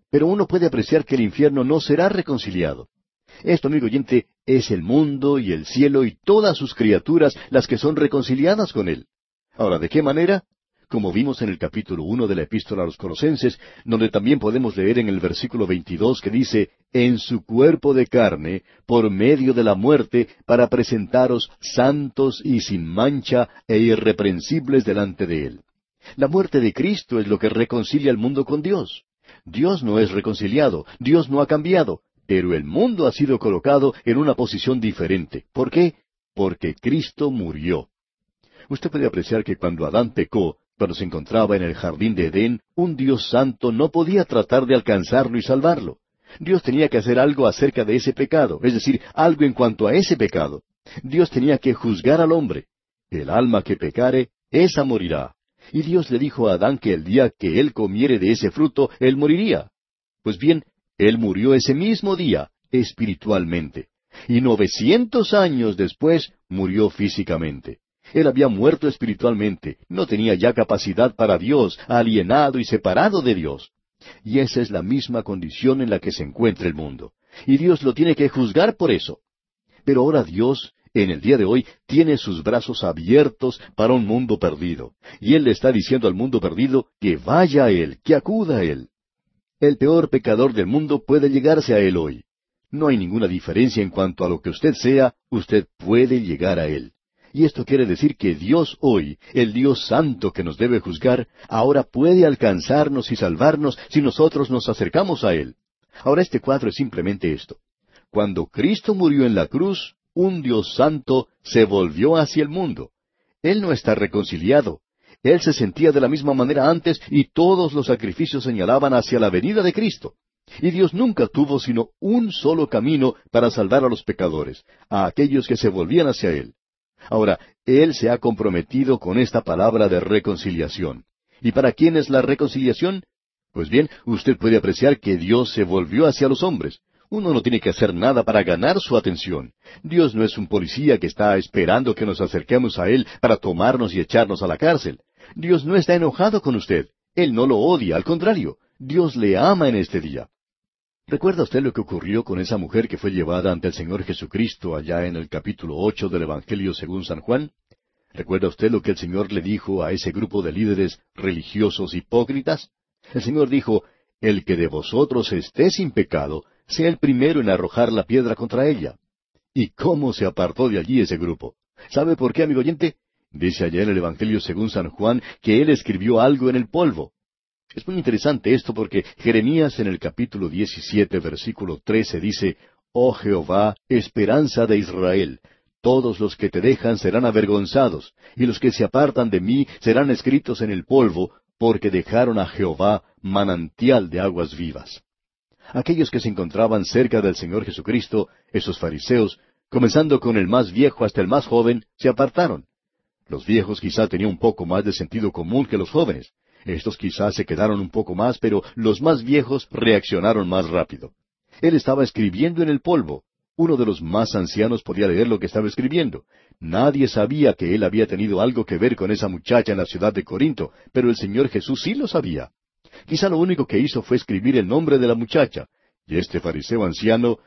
Pero uno puede apreciar que el infierno no será reconciliado. Esto, amigo oyente, es el mundo y el cielo y todas sus criaturas las que son reconciliadas con Él. Ahora, ¿de qué manera? Como vimos en el capítulo 1 de la Epístola a los Colosenses, donde también podemos leer en el versículo 22 que dice, en su cuerpo de carne, por medio de la muerte, para presentaros santos y sin mancha e irreprensibles delante de Él. La muerte de Cristo es lo que reconcilia al mundo con Dios. Dios no es reconciliado, Dios no ha cambiado, pero el mundo ha sido colocado en una posición diferente. ¿Por qué? Porque Cristo murió. Usted puede apreciar que cuando Adán pecó, cuando se encontraba en el jardín de Edén, un Dios santo no podía tratar de alcanzarlo y salvarlo. Dios tenía que hacer algo acerca de ese pecado, es decir, algo en cuanto a ese pecado. Dios tenía que juzgar al hombre. El alma que pecare, esa morirá. Y Dios le dijo a Adán que el día que él comiere de ese fruto, él moriría. Pues bien, él murió ese mismo día, espiritualmente. Y 900 años después murió físicamente. Él había muerto espiritualmente, no tenía ya capacidad para Dios, alienado y separado de Dios. Y esa es la misma condición en la que se encuentra el mundo. Y Dios lo tiene que juzgar por eso. Pero ahora Dios, en el día de hoy, tiene sus brazos abiertos para un mundo perdido. Y Él le está diciendo al mundo perdido que vaya a Él, que acuda a Él. El peor pecador del mundo puede llegarse a Él hoy. No hay ninguna diferencia en cuanto a lo que usted sea, usted puede llegar a Él. Y esto quiere decir que Dios hoy, el Dios santo que nos debe juzgar, ahora puede alcanzarnos y salvarnos si nosotros nos acercamos a Él. Ahora este cuadro es simplemente esto. Cuando Cristo murió en la cruz, un Dios santo se volvió hacia el mundo. Él no está reconciliado. Él se sentía de la misma manera antes y todos los sacrificios señalaban hacia la venida de Cristo. Y Dios nunca tuvo sino un solo camino para salvar a los pecadores, a aquellos que se volvían hacia Él. Ahora, Él se ha comprometido con esta palabra de reconciliación. ¿Y para quién es la reconciliación? Pues bien, usted puede apreciar que Dios se volvió hacia los hombres. Uno no tiene que hacer nada para ganar su atención. Dios no es un policía que está esperando que nos acerquemos a Él para tomarnos y echarnos a la cárcel. Dios no está enojado con usted. Él no lo odia, al contrario, Dios le ama en este día. ¿Recuerda usted lo que ocurrió con esa mujer que fue llevada ante el Señor Jesucristo allá en el capítulo 8 del Evangelio según San Juan? ¿Recuerda usted lo que el Señor le dijo a ese grupo de líderes religiosos hipócritas? El Señor dijo, el que de vosotros esté sin pecado, sea el primero en arrojar la piedra contra ella. ¿Y cómo se apartó de allí ese grupo? ¿Sabe por qué, amigo oyente? Dice allá en el Evangelio según San Juan que él escribió algo en el polvo. Es muy interesante esto porque Jeremías en el capítulo 17, versículo 13 dice, Oh Jehová, esperanza de Israel, todos los que te dejan serán avergonzados, y los que se apartan de mí serán escritos en el polvo, porque dejaron a Jehová manantial de aguas vivas. Aquellos que se encontraban cerca del Señor Jesucristo, esos fariseos, comenzando con el más viejo hasta el más joven, se apartaron. Los viejos quizá tenían un poco más de sentido común que los jóvenes. Estos quizás se quedaron un poco más, pero los más viejos reaccionaron más rápido. Él estaba escribiendo en el polvo. Uno de los más ancianos podía leer lo que estaba escribiendo. Nadie sabía que él había tenido algo que ver con esa muchacha en la ciudad de Corinto, pero el Señor Jesús sí lo sabía. Quizá lo único que hizo fue escribir el nombre de la muchacha, y este fariseo anciano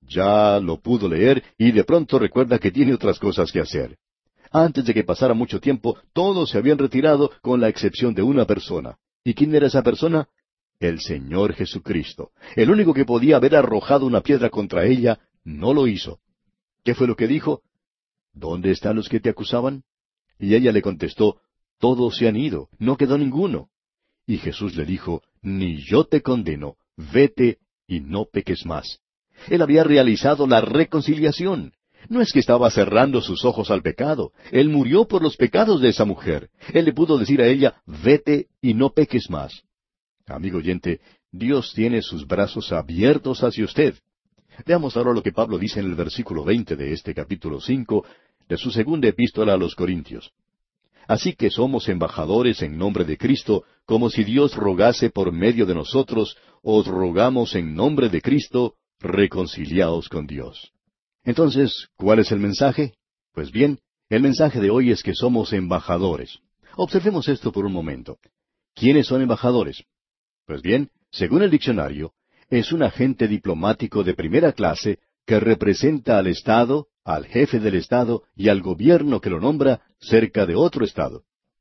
ya lo pudo leer y de pronto recuerda que tiene otras cosas que hacer. Antes de que pasara mucho tiempo, todos se habían retirado con la excepción de una persona. ¿Y quién era esa persona? El Señor Jesucristo. El único que podía haber arrojado una piedra contra ella, no lo hizo. ¿Qué fue lo que dijo? ¿Dónde están los que te acusaban? Y ella le contestó, todos se han ido, no quedó ninguno. Y Jesús le dijo, ni yo te condeno, vete y no peques más. Él había realizado la reconciliación. No es que estaba cerrando sus ojos al pecado. Él murió por los pecados de esa mujer. Él le pudo decir a ella, vete y no peques más. Amigo oyente, Dios tiene sus brazos abiertos hacia usted. Veamos ahora lo que Pablo dice en el versículo 20 de este capítulo 5 de su segunda epístola a los Corintios. Así que somos embajadores en nombre de Cristo, como si Dios rogase por medio de nosotros, os rogamos en nombre de Cristo, reconciliaos con Dios. Entonces, ¿cuál es el mensaje? Pues bien, el mensaje de hoy es que somos embajadores. Observemos esto por un momento. ¿Quiénes son embajadores? Pues bien, Según el diccionario, es un agente diplomático de primera clase que representa al Estado, al jefe del Estado y al gobierno que lo nombra cerca de otro Estado.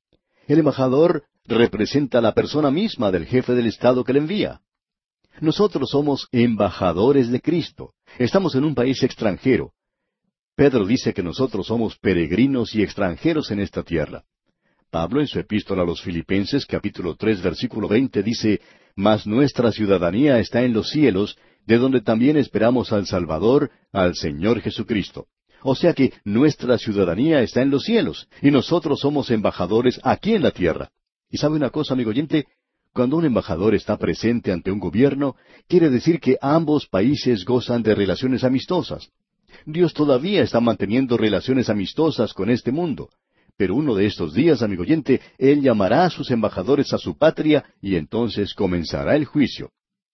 El embajador representa a la persona misma del jefe del Estado que le envía. Nosotros somos embajadores de Cristo. Estamos en un país extranjero. Pedro dice que nosotros somos peregrinos y extranjeros en esta tierra. Pablo en su epístola a los Filipenses, capítulo 3, versículo 20, dice, «Mas nuestra ciudadanía está en los cielos, de donde también esperamos al Salvador, al Señor Jesucristo». O sea que nuestra ciudadanía está en los cielos, y nosotros somos embajadores aquí en la tierra. ¿Y sabe una cosa, amigo oyente? Cuando un embajador está presente ante un gobierno, quiere decir que ambos países gozan de relaciones amistosas. Dios todavía está manteniendo relaciones amistosas con este mundo. Pero uno de estos días, amigo oyente, Él llamará a sus embajadores a su patria y entonces comenzará el juicio.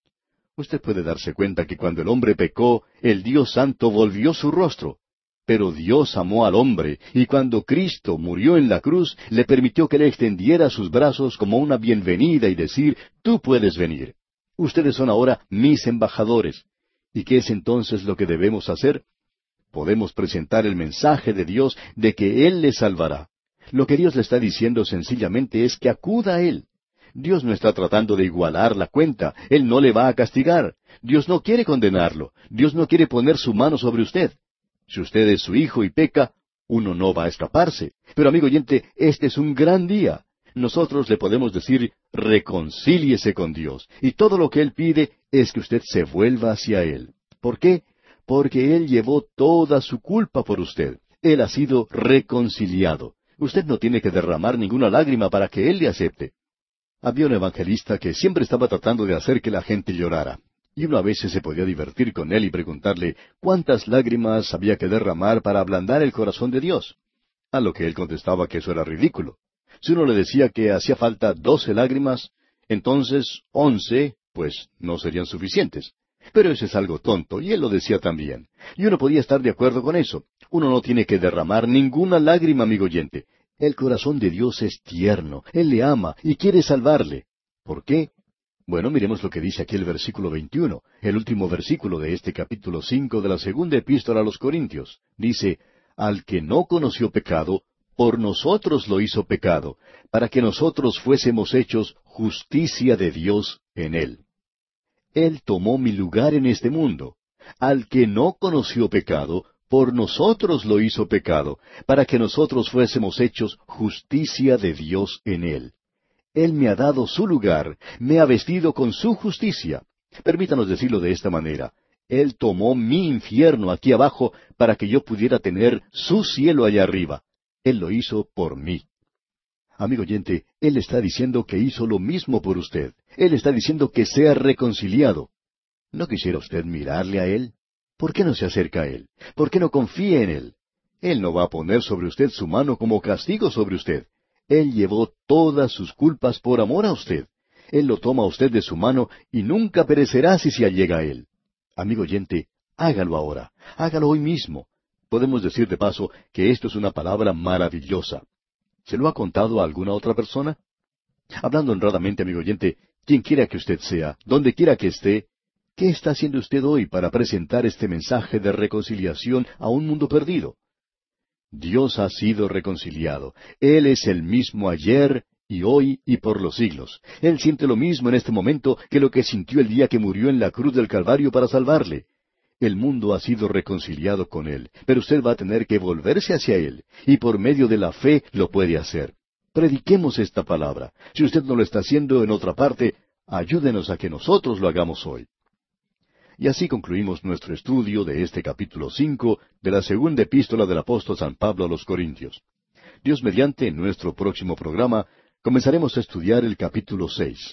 Usted puede darse cuenta que cuando el hombre pecó, el Dios Santo volvió su rostro. Pero Dios amó al hombre, y cuando Cristo murió en la cruz, le permitió que le extendiera sus brazos como una bienvenida y decir, «Tú puedes venir. Ustedes son ahora mis embajadores». ¿Y qué es entonces lo que debemos hacer? Podemos presentar el mensaje de Dios de que Él le salvará. Lo que Dios le está diciendo sencillamente es que acuda a Él. Dios no está tratando de igualar la cuenta. Él no le va a castigar. Dios no quiere condenarlo. Dios no quiere poner su mano sobre usted. Si usted es su hijo y peca, uno no va a escaparse. Pero amigo oyente, este es un gran día. Nosotros le podemos decir, reconcíliese con Dios. Y todo lo que Él pide es que usted se vuelva hacia Él. ¿Por qué? Porque Él llevó toda su culpa por usted. Él ha sido reconciliado. Usted no tiene que derramar ninguna lágrima para que Él le acepte. Había un evangelista que siempre estaba tratando de hacer que la gente llorara. Y uno a veces se podía divertir con él y preguntarle cuántas lágrimas había que derramar para ablandar el corazón de Dios. A lo que él contestaba que eso era ridículo. Si uno le decía que hacía falta 12 lágrimas, entonces 11, pues no serían suficientes. Pero eso es algo tonto, y él lo decía también. Y uno podía estar de acuerdo con eso. Uno no tiene que derramar ninguna lágrima, amigo oyente. El corazón de Dios es tierno. Él le ama y quiere salvarle. ¿Por qué? Bueno, miremos lo que dice aquí el versículo 21, el último versículo de este capítulo 5 de la segunda epístola a los Corintios. Dice, «Al que no conoció pecado, por nosotros lo hizo pecado, para que nosotros fuésemos hechos justicia de Dios en él». Él tomó mi lugar en este mundo. Al que no conoció pecado, por nosotros lo hizo pecado, para que nosotros fuésemos hechos justicia de Dios en él. Él me ha dado su lugar, me ha vestido con su justicia. Permítanos decirlo de esta manera. Él tomó mi infierno aquí abajo para que yo pudiera tener su cielo allá arriba. Él lo hizo por mí. Amigo oyente, Él está diciendo que hizo lo mismo por usted. Él está diciendo que sea reconciliado. ¿No quisiera usted mirarle a Él? ¿Por qué no se acerca a Él? ¿Por qué no confía en Él? Él no va a poner sobre usted su mano como castigo sobre usted. Él llevó todas sus culpas por amor a usted. Él lo toma a usted de su mano y nunca perecerá si se allega a Él. Amigo oyente, hágalo ahora. Hágalo hoy mismo. Podemos decir de paso que esto es una palabra maravillosa. ¿Se lo ha contado a alguna otra persona? Hablando honradamente, amigo oyente, quien quiera que usted sea, donde quiera que esté, ¿qué está haciendo usted hoy para presentar este mensaje de reconciliación a un mundo perdido? Dios ha sido reconciliado. Él es el mismo ayer y hoy y por los siglos. Él siente lo mismo en este momento que lo que sintió el día que murió en la cruz del Calvario para salvarle. El mundo ha sido reconciliado con Él, pero usted va a tener que volverse hacia Él, y por medio de la fe lo puede hacer. Prediquemos esta palabra. Si usted no lo está haciendo en otra parte, ayúdenos a que nosotros lo hagamos hoy. Y así concluimos nuestro estudio de este capítulo 5 de la segunda epístola del apóstol San Pablo a los Corintios. Dios mediante, en nuestro próximo programa, comenzaremos a estudiar el capítulo 6.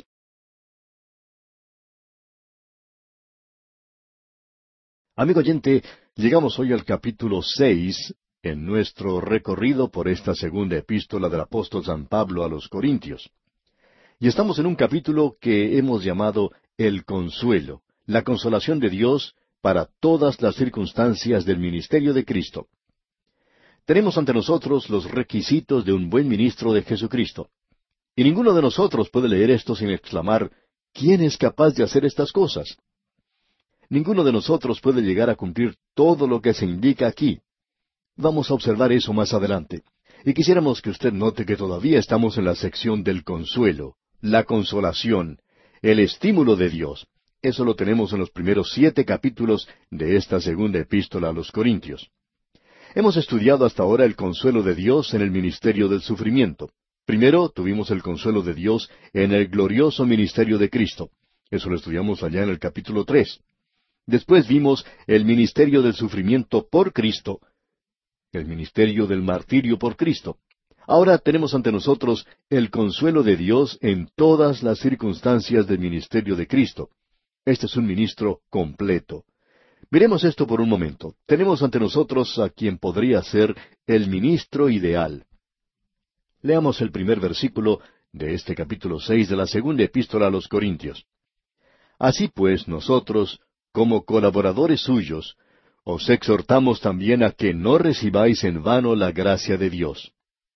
Amigo oyente, llegamos hoy al capítulo 6 en nuestro recorrido por esta segunda epístola del apóstol San Pablo a los Corintios. Y estamos en un capítulo que hemos llamado el consuelo, la consolación de Dios para todas las circunstancias del ministerio de Cristo. Tenemos ante nosotros los requisitos de un buen ministro de Jesucristo. Y ninguno de nosotros puede leer esto sin exclamar, ¿quién es capaz de hacer estas cosas? Ninguno de nosotros puede llegar a cumplir todo lo que se indica aquí. Vamos a observar eso más adelante. Y quisiéramos que usted note que todavía estamos en la sección del consuelo, la consolación, el estímulo de Dios. Eso lo tenemos en los primeros 7 capítulos de esta segunda epístola a los Corintios. Hemos estudiado hasta ahora el consuelo de Dios en el ministerio del sufrimiento. Primero tuvimos el consuelo de Dios en el glorioso ministerio de Cristo. Eso lo estudiamos allá en el capítulo 3. Después vimos el ministerio del sufrimiento por Cristo, el ministerio del martirio por Cristo. Ahora tenemos ante nosotros el consuelo de Dios en todas las circunstancias del ministerio de Cristo. Este es un ministro completo. Miremos esto por un momento. Tenemos ante nosotros a quien podría ser el ministro ideal. Leamos el primer versículo de este capítulo 6 de la segunda epístola a los Corintios. Así pues, nosotros, como colaboradores suyos, os exhortamos también a que no recibáis en vano la gracia de Dios.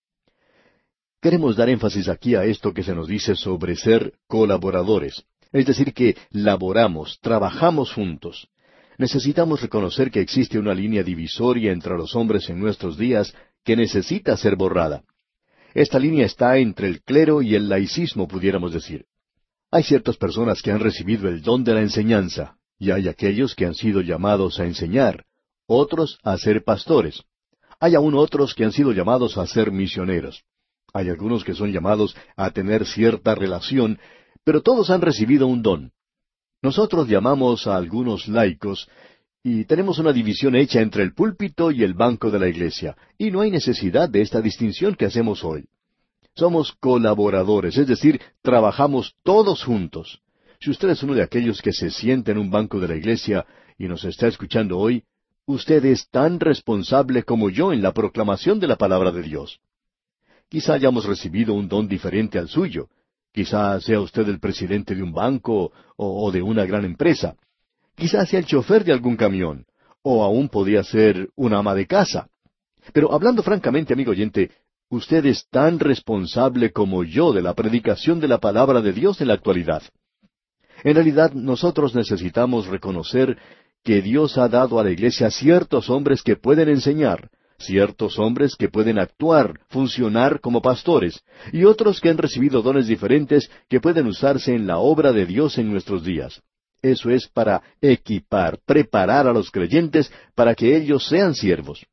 Queremos dar énfasis aquí a esto que se nos dice sobre ser colaboradores, es decir, que laboramos, trabajamos juntos. Necesitamos reconocer que existe una línea divisoria entre los hombres en nuestros días que necesita ser borrada. Esta línea está entre el clero y el laicismo, pudiéramos decir. Hay ciertas personas que han recibido el don de la enseñanza, y hay aquellos que han sido llamados a enseñar, otros a ser pastores. Hay aún otros que han sido llamados a ser misioneros. Hay algunos que son llamados a tener cierta relación, pero todos han recibido un don. Nosotros llamamos a algunos laicos, y tenemos una división hecha entre el púlpito y el banco de la iglesia, y no hay necesidad de esta distinción que hacemos hoy. Somos colaboradores, es decir, trabajamos todos juntos. Si usted es uno de aquellos que se sienta en un banco de la iglesia y nos está escuchando hoy, usted es tan responsable como yo en la proclamación de la palabra de Dios. Quizá hayamos recibido un don diferente al suyo. Quizá sea usted el presidente de un banco o de una gran empresa. Quizá sea el chofer de algún camión, o aún podría ser una ama de casa. Pero hablando francamente, amigo oyente, usted es tan responsable como yo de la predicación de la palabra de Dios en la actualidad. En realidad, nosotros necesitamos reconocer que Dios ha dado a la iglesia ciertos hombres que pueden enseñar, ciertos hombres que pueden actuar, funcionar como pastores, y otros que han recibido dones diferentes que pueden usarse en la obra de Dios en nuestros días. Eso es para equipar, preparar a los creyentes para que ellos sean siervos.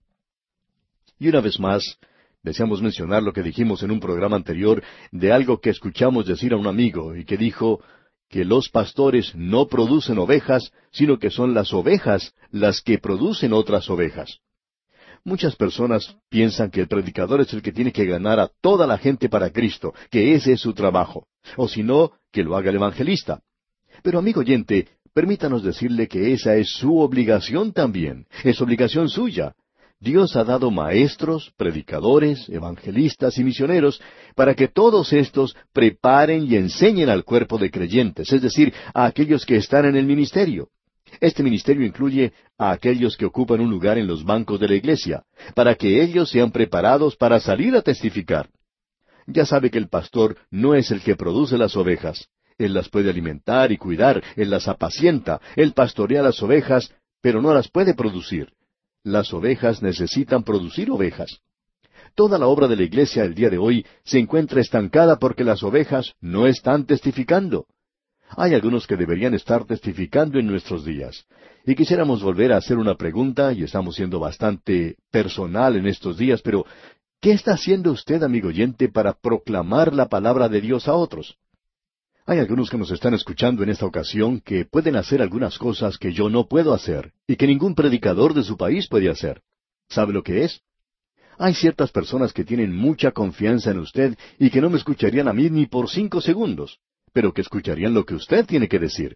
Y una vez más, deseamos mencionar lo que dijimos en un programa anterior de algo que escuchamos decir a un amigo y que dijo que los pastores no producen ovejas, sino que son las ovejas las que producen otras ovejas. Muchas personas piensan que el predicador es el que tiene que ganar a toda la gente para Cristo, que ese es su trabajo, o si no, que lo haga el evangelista. Pero amigo oyente, permítanos decirle que esa es su obligación también, es obligación suya. Dios ha dado maestros, predicadores, evangelistas y misioneros para que todos estos preparen y enseñen al cuerpo de creyentes, es decir, a aquellos que están en el ministerio. Este ministerio incluye a aquellos que ocupan un lugar en los bancos de la iglesia, para que ellos sean preparados para salir a testificar. Ya sabe que el pastor no es el que produce las ovejas. Él las puede alimentar y cuidar, él las apacienta, él pastorea las ovejas, pero no las puede producir. Las ovejas necesitan producir ovejas. Toda la obra de la iglesia el día de hoy se encuentra estancada porque las ovejas no están testificando. Hay algunos que deberían estar testificando en nuestros días. Y quisiéramos volver a hacer una pregunta, y estamos siendo bastante personal en estos días, pero ¿qué está haciendo usted, amigo oyente, para proclamar la palabra de Dios a otros? Hay algunos que nos están escuchando en esta ocasión que pueden hacer algunas cosas que yo no puedo hacer y que ningún predicador de su país puede hacer. ¿Sabe lo que es? Hay ciertas personas que tienen mucha confianza en usted y que no me escucharían a mí ni por 5 segundos, pero que escucharían lo que usted tiene que decir.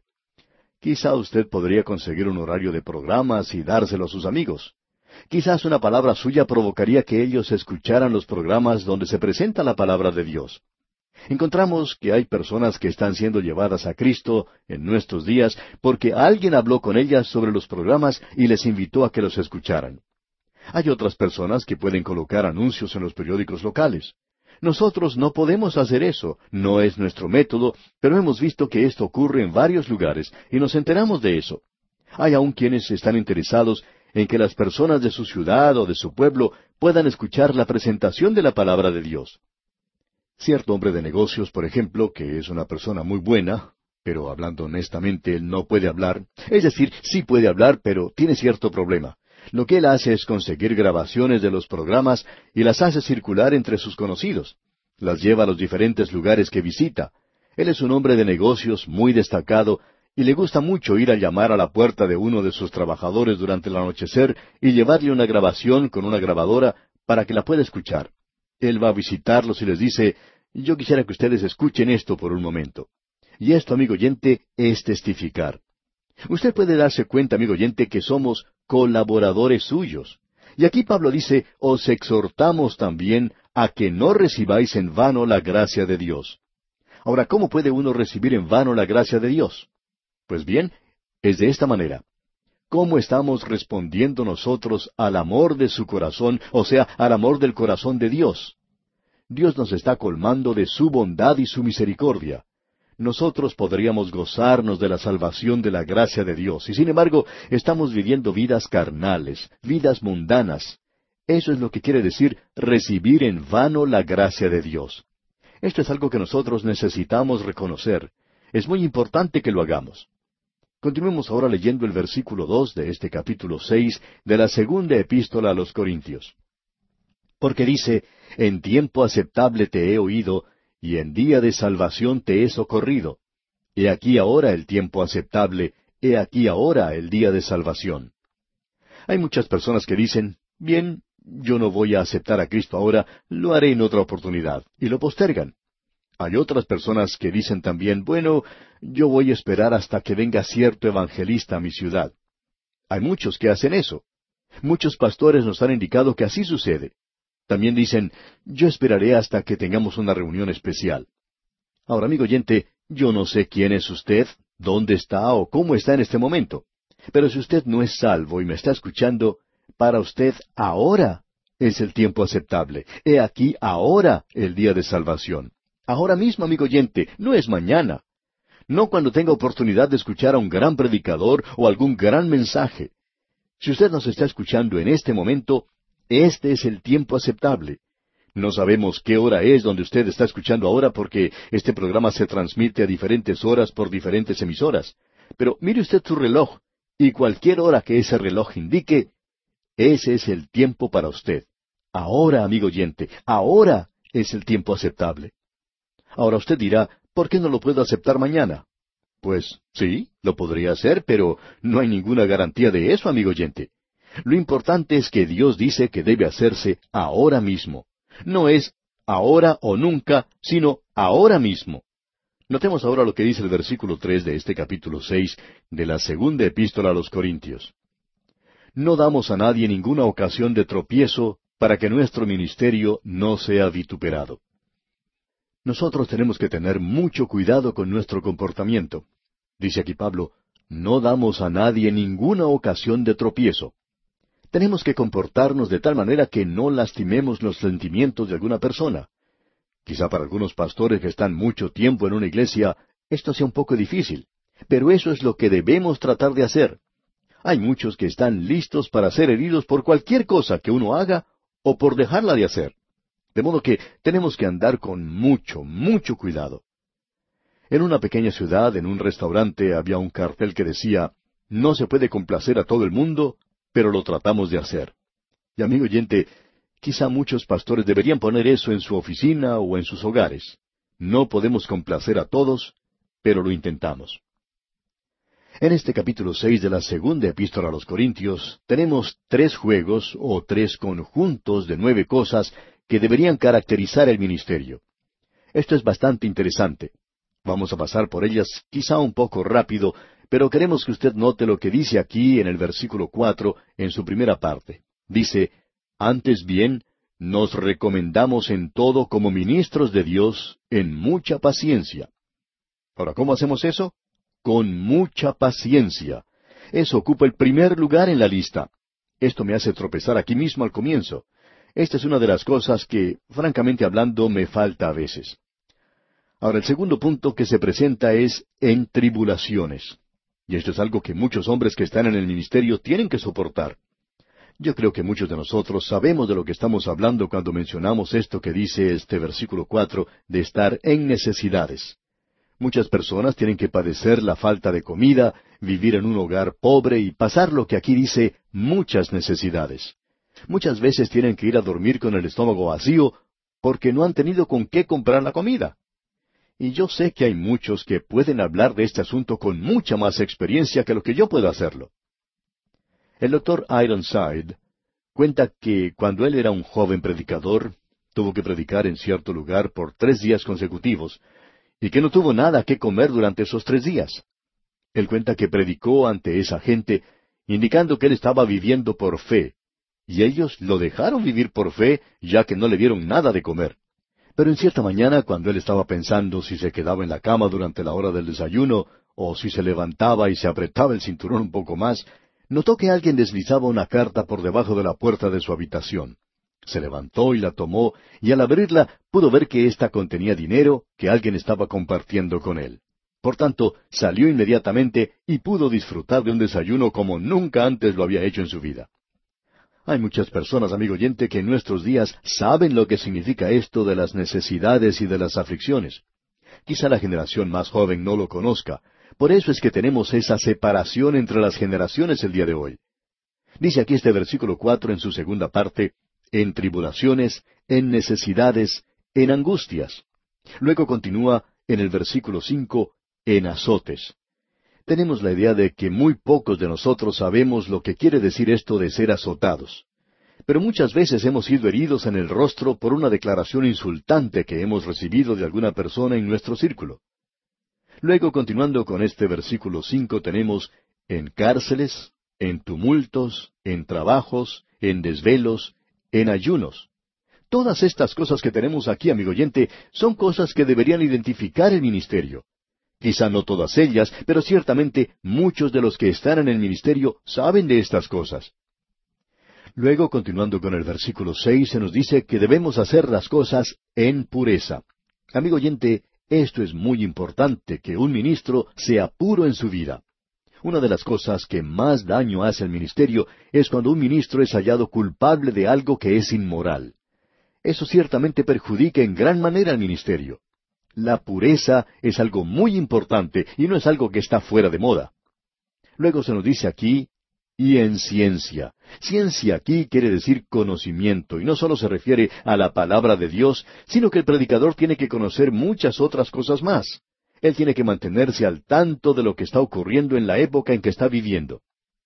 Quizá usted podría conseguir un horario de programas y dárselo a sus amigos. Quizás una palabra suya provocaría que ellos escucharan los programas donde se presenta la palabra de Dios. Encontramos que hay personas que están siendo llevadas a Cristo en nuestros días porque alguien habló con ellas sobre los programas y les invitó a que los escucharan. Hay otras personas que pueden colocar anuncios en los periódicos locales. Nosotros no podemos hacer eso, no es nuestro método, pero hemos visto que esto ocurre en varios lugares y nos enteramos de eso. Hay aún quienes están interesados en que las personas de su ciudad o de su pueblo puedan escuchar la presentación de la palabra de Dios. Cierto hombre de negocios, por ejemplo, que es una persona muy buena, pero hablando honestamente, él no puede hablar. Es decir, sí puede hablar, pero tiene cierto problema. Lo que él hace es conseguir grabaciones de los programas y las hace circular entre sus conocidos. Las lleva a los diferentes lugares que visita. Él es un hombre de negocios muy destacado y le gusta mucho ir a llamar a la puerta de uno de sus trabajadores durante el anochecer y llevarle una grabación con una grabadora para que la pueda escuchar. Él va a visitarlos y les dice, yo quisiera que ustedes escuchen esto por un momento. Y esto, amigo oyente, es testificar. Usted puede darse cuenta, amigo oyente, que somos colaboradores suyos. Y aquí Pablo dice, os exhortamos también a que no recibáis en vano la gracia de Dios. Ahora, ¿cómo puede uno recibir en vano la gracia de Dios? Pues bien, es de esta manera. ¿Cómo estamos respondiendo nosotros al amor de su corazón, o sea, al amor del corazón de Dios? Dios nos está colmando de su bondad y su misericordia. Nosotros podríamos gozarnos de la salvación de la gracia de Dios, y sin embargo estamos viviendo vidas carnales, vidas mundanas. Eso es lo que quiere decir recibir en vano la gracia de Dios. Esto es algo que nosotros necesitamos reconocer. Es muy importante que lo hagamos. Continuemos ahora leyendo el versículo 2 de este capítulo 6 de la segunda epístola a los Corintios. Porque dice, en tiempo aceptable te he oído, y en día de salvación te he socorrido. He aquí ahora el tiempo aceptable, he aquí ahora el día de salvación. Hay muchas personas que dicen, bien, yo no voy a aceptar a Cristo ahora, lo haré en otra oportunidad, y lo postergan. Hay otras personas que dicen también, bueno, yo voy a esperar hasta que venga cierto evangelista a mi ciudad. Hay muchos que hacen eso. Muchos pastores nos han indicado que así sucede. También dicen, yo esperaré hasta que tengamos una reunión especial. Ahora, amigo oyente, yo no sé quién es usted, dónde está o cómo está en este momento. Pero si usted no es salvo y me está escuchando, para usted ahora es el tiempo aceptable. He aquí ahora el día de salvación. Ahora mismo, amigo oyente, no es mañana. No cuando tenga oportunidad de escuchar a un gran predicador o algún gran mensaje. Si usted nos está escuchando en este momento, este es el tiempo aceptable. No sabemos qué hora es donde usted está escuchando ahora porque este programa se transmite a diferentes horas por diferentes emisoras. Pero mire usted su reloj y cualquier hora que ese reloj indique, ese es el tiempo para usted. Ahora, amigo oyente, ahora es el tiempo aceptable. Ahora usted dirá, ¿por qué no lo puedo aceptar mañana? Pues sí, lo podría hacer, pero no hay ninguna garantía de eso, amigo oyente. Lo importante es que Dios dice que debe hacerse ahora mismo. No es ahora o nunca, sino ahora mismo. Notemos ahora lo que dice el versículo 3 de este capítulo 6 de la segunda epístola a los Corintios. No damos a nadie ninguna ocasión de tropiezo para que nuestro ministerio no sea vituperado. Nosotros tenemos que tener mucho cuidado con nuestro comportamiento. Dice aquí Pablo, no damos a nadie ninguna ocasión de tropiezo. Tenemos que comportarnos de tal manera que no lastimemos los sentimientos de alguna persona. Quizá para algunos pastores que están mucho tiempo en una iglesia, esto sea un poco difícil, pero eso es lo que debemos tratar de hacer. Hay muchos que están listos para ser heridos por cualquier cosa que uno haga o por dejarla de hacer. De modo que tenemos que andar con mucho, mucho cuidado. En una pequeña ciudad, en un restaurante, había un cartel que decía, no se puede complacer a todo el mundo, pero lo tratamos de hacer. Y amigo oyente, quizá muchos pastores deberían poner eso en su oficina o en sus hogares. No podemos complacer a todos, pero lo intentamos. En este capítulo 6 de la segunda epístola a los Corintios, tenemos 3 juegos o 3 conjuntos de 9 cosas que deberían caracterizar el ministerio. Esto es bastante interesante. Vamos a pasar por ellas quizá un poco rápido, pero queremos que usted note lo que dice aquí en el versículo 4, en su primera parte. Dice, antes bien, nos recomendamos en todo como ministros de Dios, en mucha paciencia. Ahora, ¿cómo hacemos eso? Con mucha paciencia. Eso ocupa el primer lugar en la lista. Esto me hace tropezar aquí mismo al comienzo. Esta es una de las cosas que, francamente hablando, me falta a veces. Ahora, el segundo punto que se presenta es en tribulaciones. Y esto es algo que muchos hombres que están en el ministerio tienen que soportar. Yo creo que muchos de nosotros sabemos de lo que estamos hablando cuando mencionamos esto que dice este versículo 4, de estar en necesidades. Muchas personas tienen que padecer la falta de comida, vivir en un hogar pobre y pasar lo que aquí dice muchas necesidades. Muchas veces tienen que ir a dormir con el estómago vacío porque no han tenido con qué comprar la comida. Y yo sé que hay muchos que pueden hablar de este asunto con mucha más experiencia que lo que yo puedo hacerlo. El doctor Ironside cuenta que cuando él era un joven predicador, tuvo que predicar en cierto lugar por 3 días consecutivos, y que no tuvo nada que comer durante esos 3 días. Él cuenta que predicó ante esa gente, indicando que él estaba viviendo por fe, y ellos lo dejaron vivir por fe, ya que no le dieron nada de comer. Pero en cierta mañana, cuando él estaba pensando si se quedaba en la cama durante la hora del desayuno, o si se levantaba y se apretaba el cinturón un poco más, notó que alguien deslizaba una carta por debajo de la puerta de su habitación. Se levantó y la tomó, y al abrirla pudo ver que ésta contenía dinero que alguien estaba compartiendo con él. Por tanto, salió inmediatamente y pudo disfrutar de un desayuno como nunca antes lo había hecho en su vida. Hay muchas personas, amigo oyente, que en nuestros días saben lo que significa esto de las necesidades y de las aflicciones. Quizá la generación más joven no lo conozca. Por eso es que tenemos esa separación entre las generaciones el día de hoy. Dice aquí este versículo 4 en su segunda parte, en tribulaciones, en necesidades, en angustias. Luego continúa en el versículo 5, en azotes. Tenemos la idea de que muy pocos de nosotros sabemos lo que quiere decir esto de ser azotados. Pero muchas veces hemos sido heridos en el rostro por una declaración insultante que hemos recibido de alguna persona en nuestro círculo. Luego, continuando con este versículo 5, tenemos en cárceles, en tumultos, en trabajos, en desvelos, en ayunos. Todas estas cosas que tenemos aquí, amigo oyente, son cosas que deberían identificar el ministerio. Quizá no todas ellas, pero ciertamente muchos de los que están en el ministerio saben de estas cosas. Luego, continuando con el versículo 6, se nos dice que debemos hacer las cosas en pureza. Amigo oyente, esto es muy importante, que un ministro sea puro en su vida. Una de las cosas que más daño hace al ministerio es cuando un ministro es hallado culpable de algo que es inmoral. Eso ciertamente perjudica en gran manera al ministerio. La pureza es algo muy importante y no es algo que está fuera de moda. Luego se nos dice aquí, y en ciencia. Ciencia aquí quiere decir conocimiento, y no solo se refiere a la palabra de Dios, sino que el predicador tiene que conocer muchas otras cosas más. Él tiene que mantenerse al tanto de lo que está ocurriendo en la época en que está viviendo.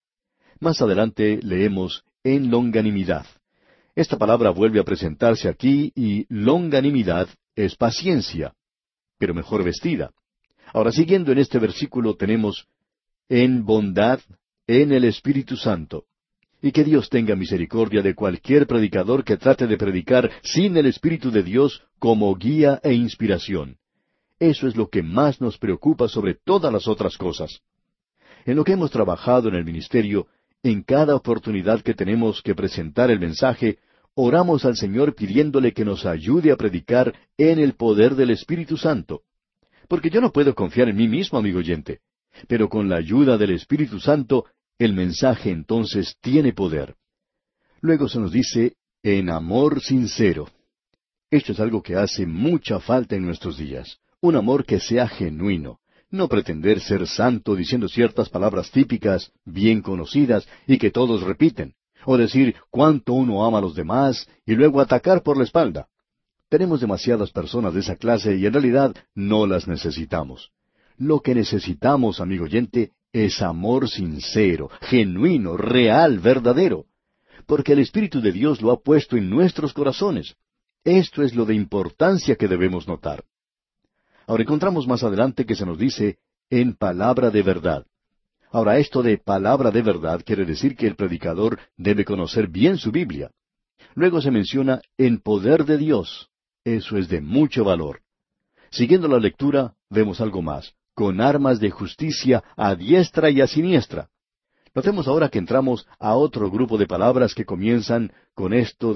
Más adelante leemos en longanimidad. Esta palabra vuelve a presentarse aquí y longanimidad es paciencia, pero mejor vestida. Ahora, siguiendo en este versículo tenemos en bondad, en el Espíritu Santo. Y que Dios tenga misericordia de cualquier predicador que trate de predicar sin el Espíritu de Dios como guía e inspiración. Eso es lo que más nos preocupa sobre todas las otras cosas. En lo que hemos trabajado en el ministerio, en cada oportunidad que tenemos que presentar el mensaje, oramos al Señor pidiéndole que nos ayude a predicar en el poder del Espíritu Santo. Porque yo no puedo confiar en mí mismo, amigo oyente. Pero con la ayuda del Espíritu Santo, el mensaje entonces tiene poder. Luego se nos dice, en amor sincero. Esto es algo que hace mucha falta en nuestros días. Un amor que sea genuino. No pretender ser santo diciendo ciertas palabras típicas, bien conocidas, y que todos repiten. O decir cuánto uno ama a los demás, y luego atacar por la espalda. Tenemos demasiadas personas de esa clase y en realidad no las necesitamos. Lo que necesitamos, amigo oyente, es amor sincero, genuino, real, verdadero. Porque el Espíritu de Dios lo ha puesto en nuestros corazones. Esto es lo de importancia que debemos notar. Ahora encontramos más adelante que se nos dice, en palabra de verdad. Ahora esto de palabra de verdad quiere decir que el predicador debe conocer bien su Biblia. Luego se menciona en poder de Dios. Eso es de mucho valor. Siguiendo la lectura, vemos algo más. Con armas de justicia a diestra y a siniestra. Notemos ahora que entramos a otro grupo de palabras que comienzan con esto de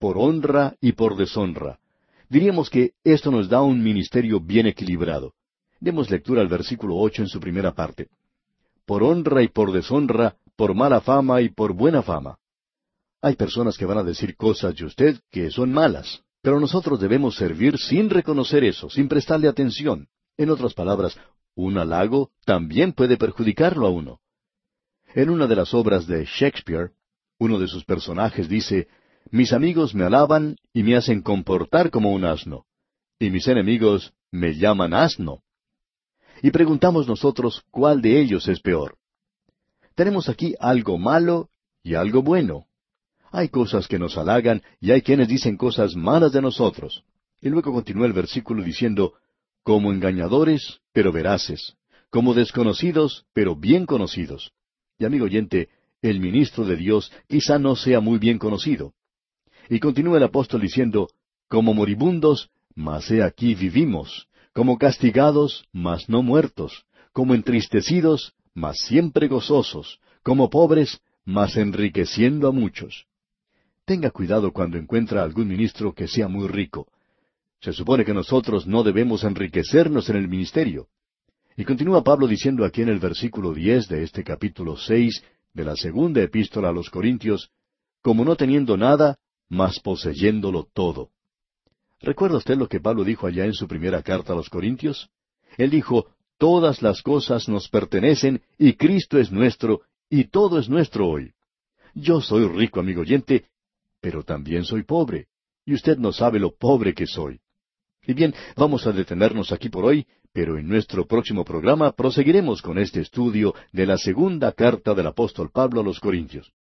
por honra y por deshonra. Diríamos que esto nos da un ministerio bien equilibrado. Demos lectura al versículo 8 en su primera parte. Por honra y por deshonra, por mala fama y por buena fama. Hay personas que van a decir cosas de usted que son malas, pero nosotros debemos servir sin reconocer eso, sin prestarle atención. En otras palabras, un halago también puede perjudicarlo a uno. En una de las obras de Shakespeare, uno de sus personajes dice, «Mis amigos me alaban y me hacen comportar como un asno, y mis enemigos me llaman asno». Y preguntamos nosotros, ¿cuál de ellos es peor? Tenemos aquí algo malo y algo bueno. Hay cosas que nos halagan y hay quienes dicen cosas malas de nosotros. Y luego continúa el versículo diciendo, «Como engañadores, pero veraces, como desconocidos, pero bien conocidos». Y amigo oyente, el ministro de Dios quizá no sea muy bien conocido. Y continúa el apóstol diciendo, «Como moribundos, mas he aquí vivimos, como castigados, mas no muertos, como entristecidos, mas siempre gozosos, como pobres, mas enriqueciendo a muchos». Tenga cuidado cuando encuentra algún ministro que sea muy rico. Se supone que nosotros no debemos enriquecernos en el ministerio. Y continúa Pablo diciendo aquí en el versículo 10 de este capítulo 6 de la segunda epístola a los Corintios, «Como no teniendo nada, mas poseyéndolo todo». ¿Recuerda usted lo que Pablo dijo allá en su primera carta a los Corintios? Él dijo, «Todas las cosas nos pertenecen, y Cristo es nuestro, y todo es nuestro hoy». Yo soy rico, amigo oyente, pero también soy pobre, y usted no sabe lo pobre que soy. Y bien, vamos a detenernos aquí por hoy, pero en nuestro próximo programa proseguiremos con este estudio de la segunda carta del apóstol Pablo a los Corintios.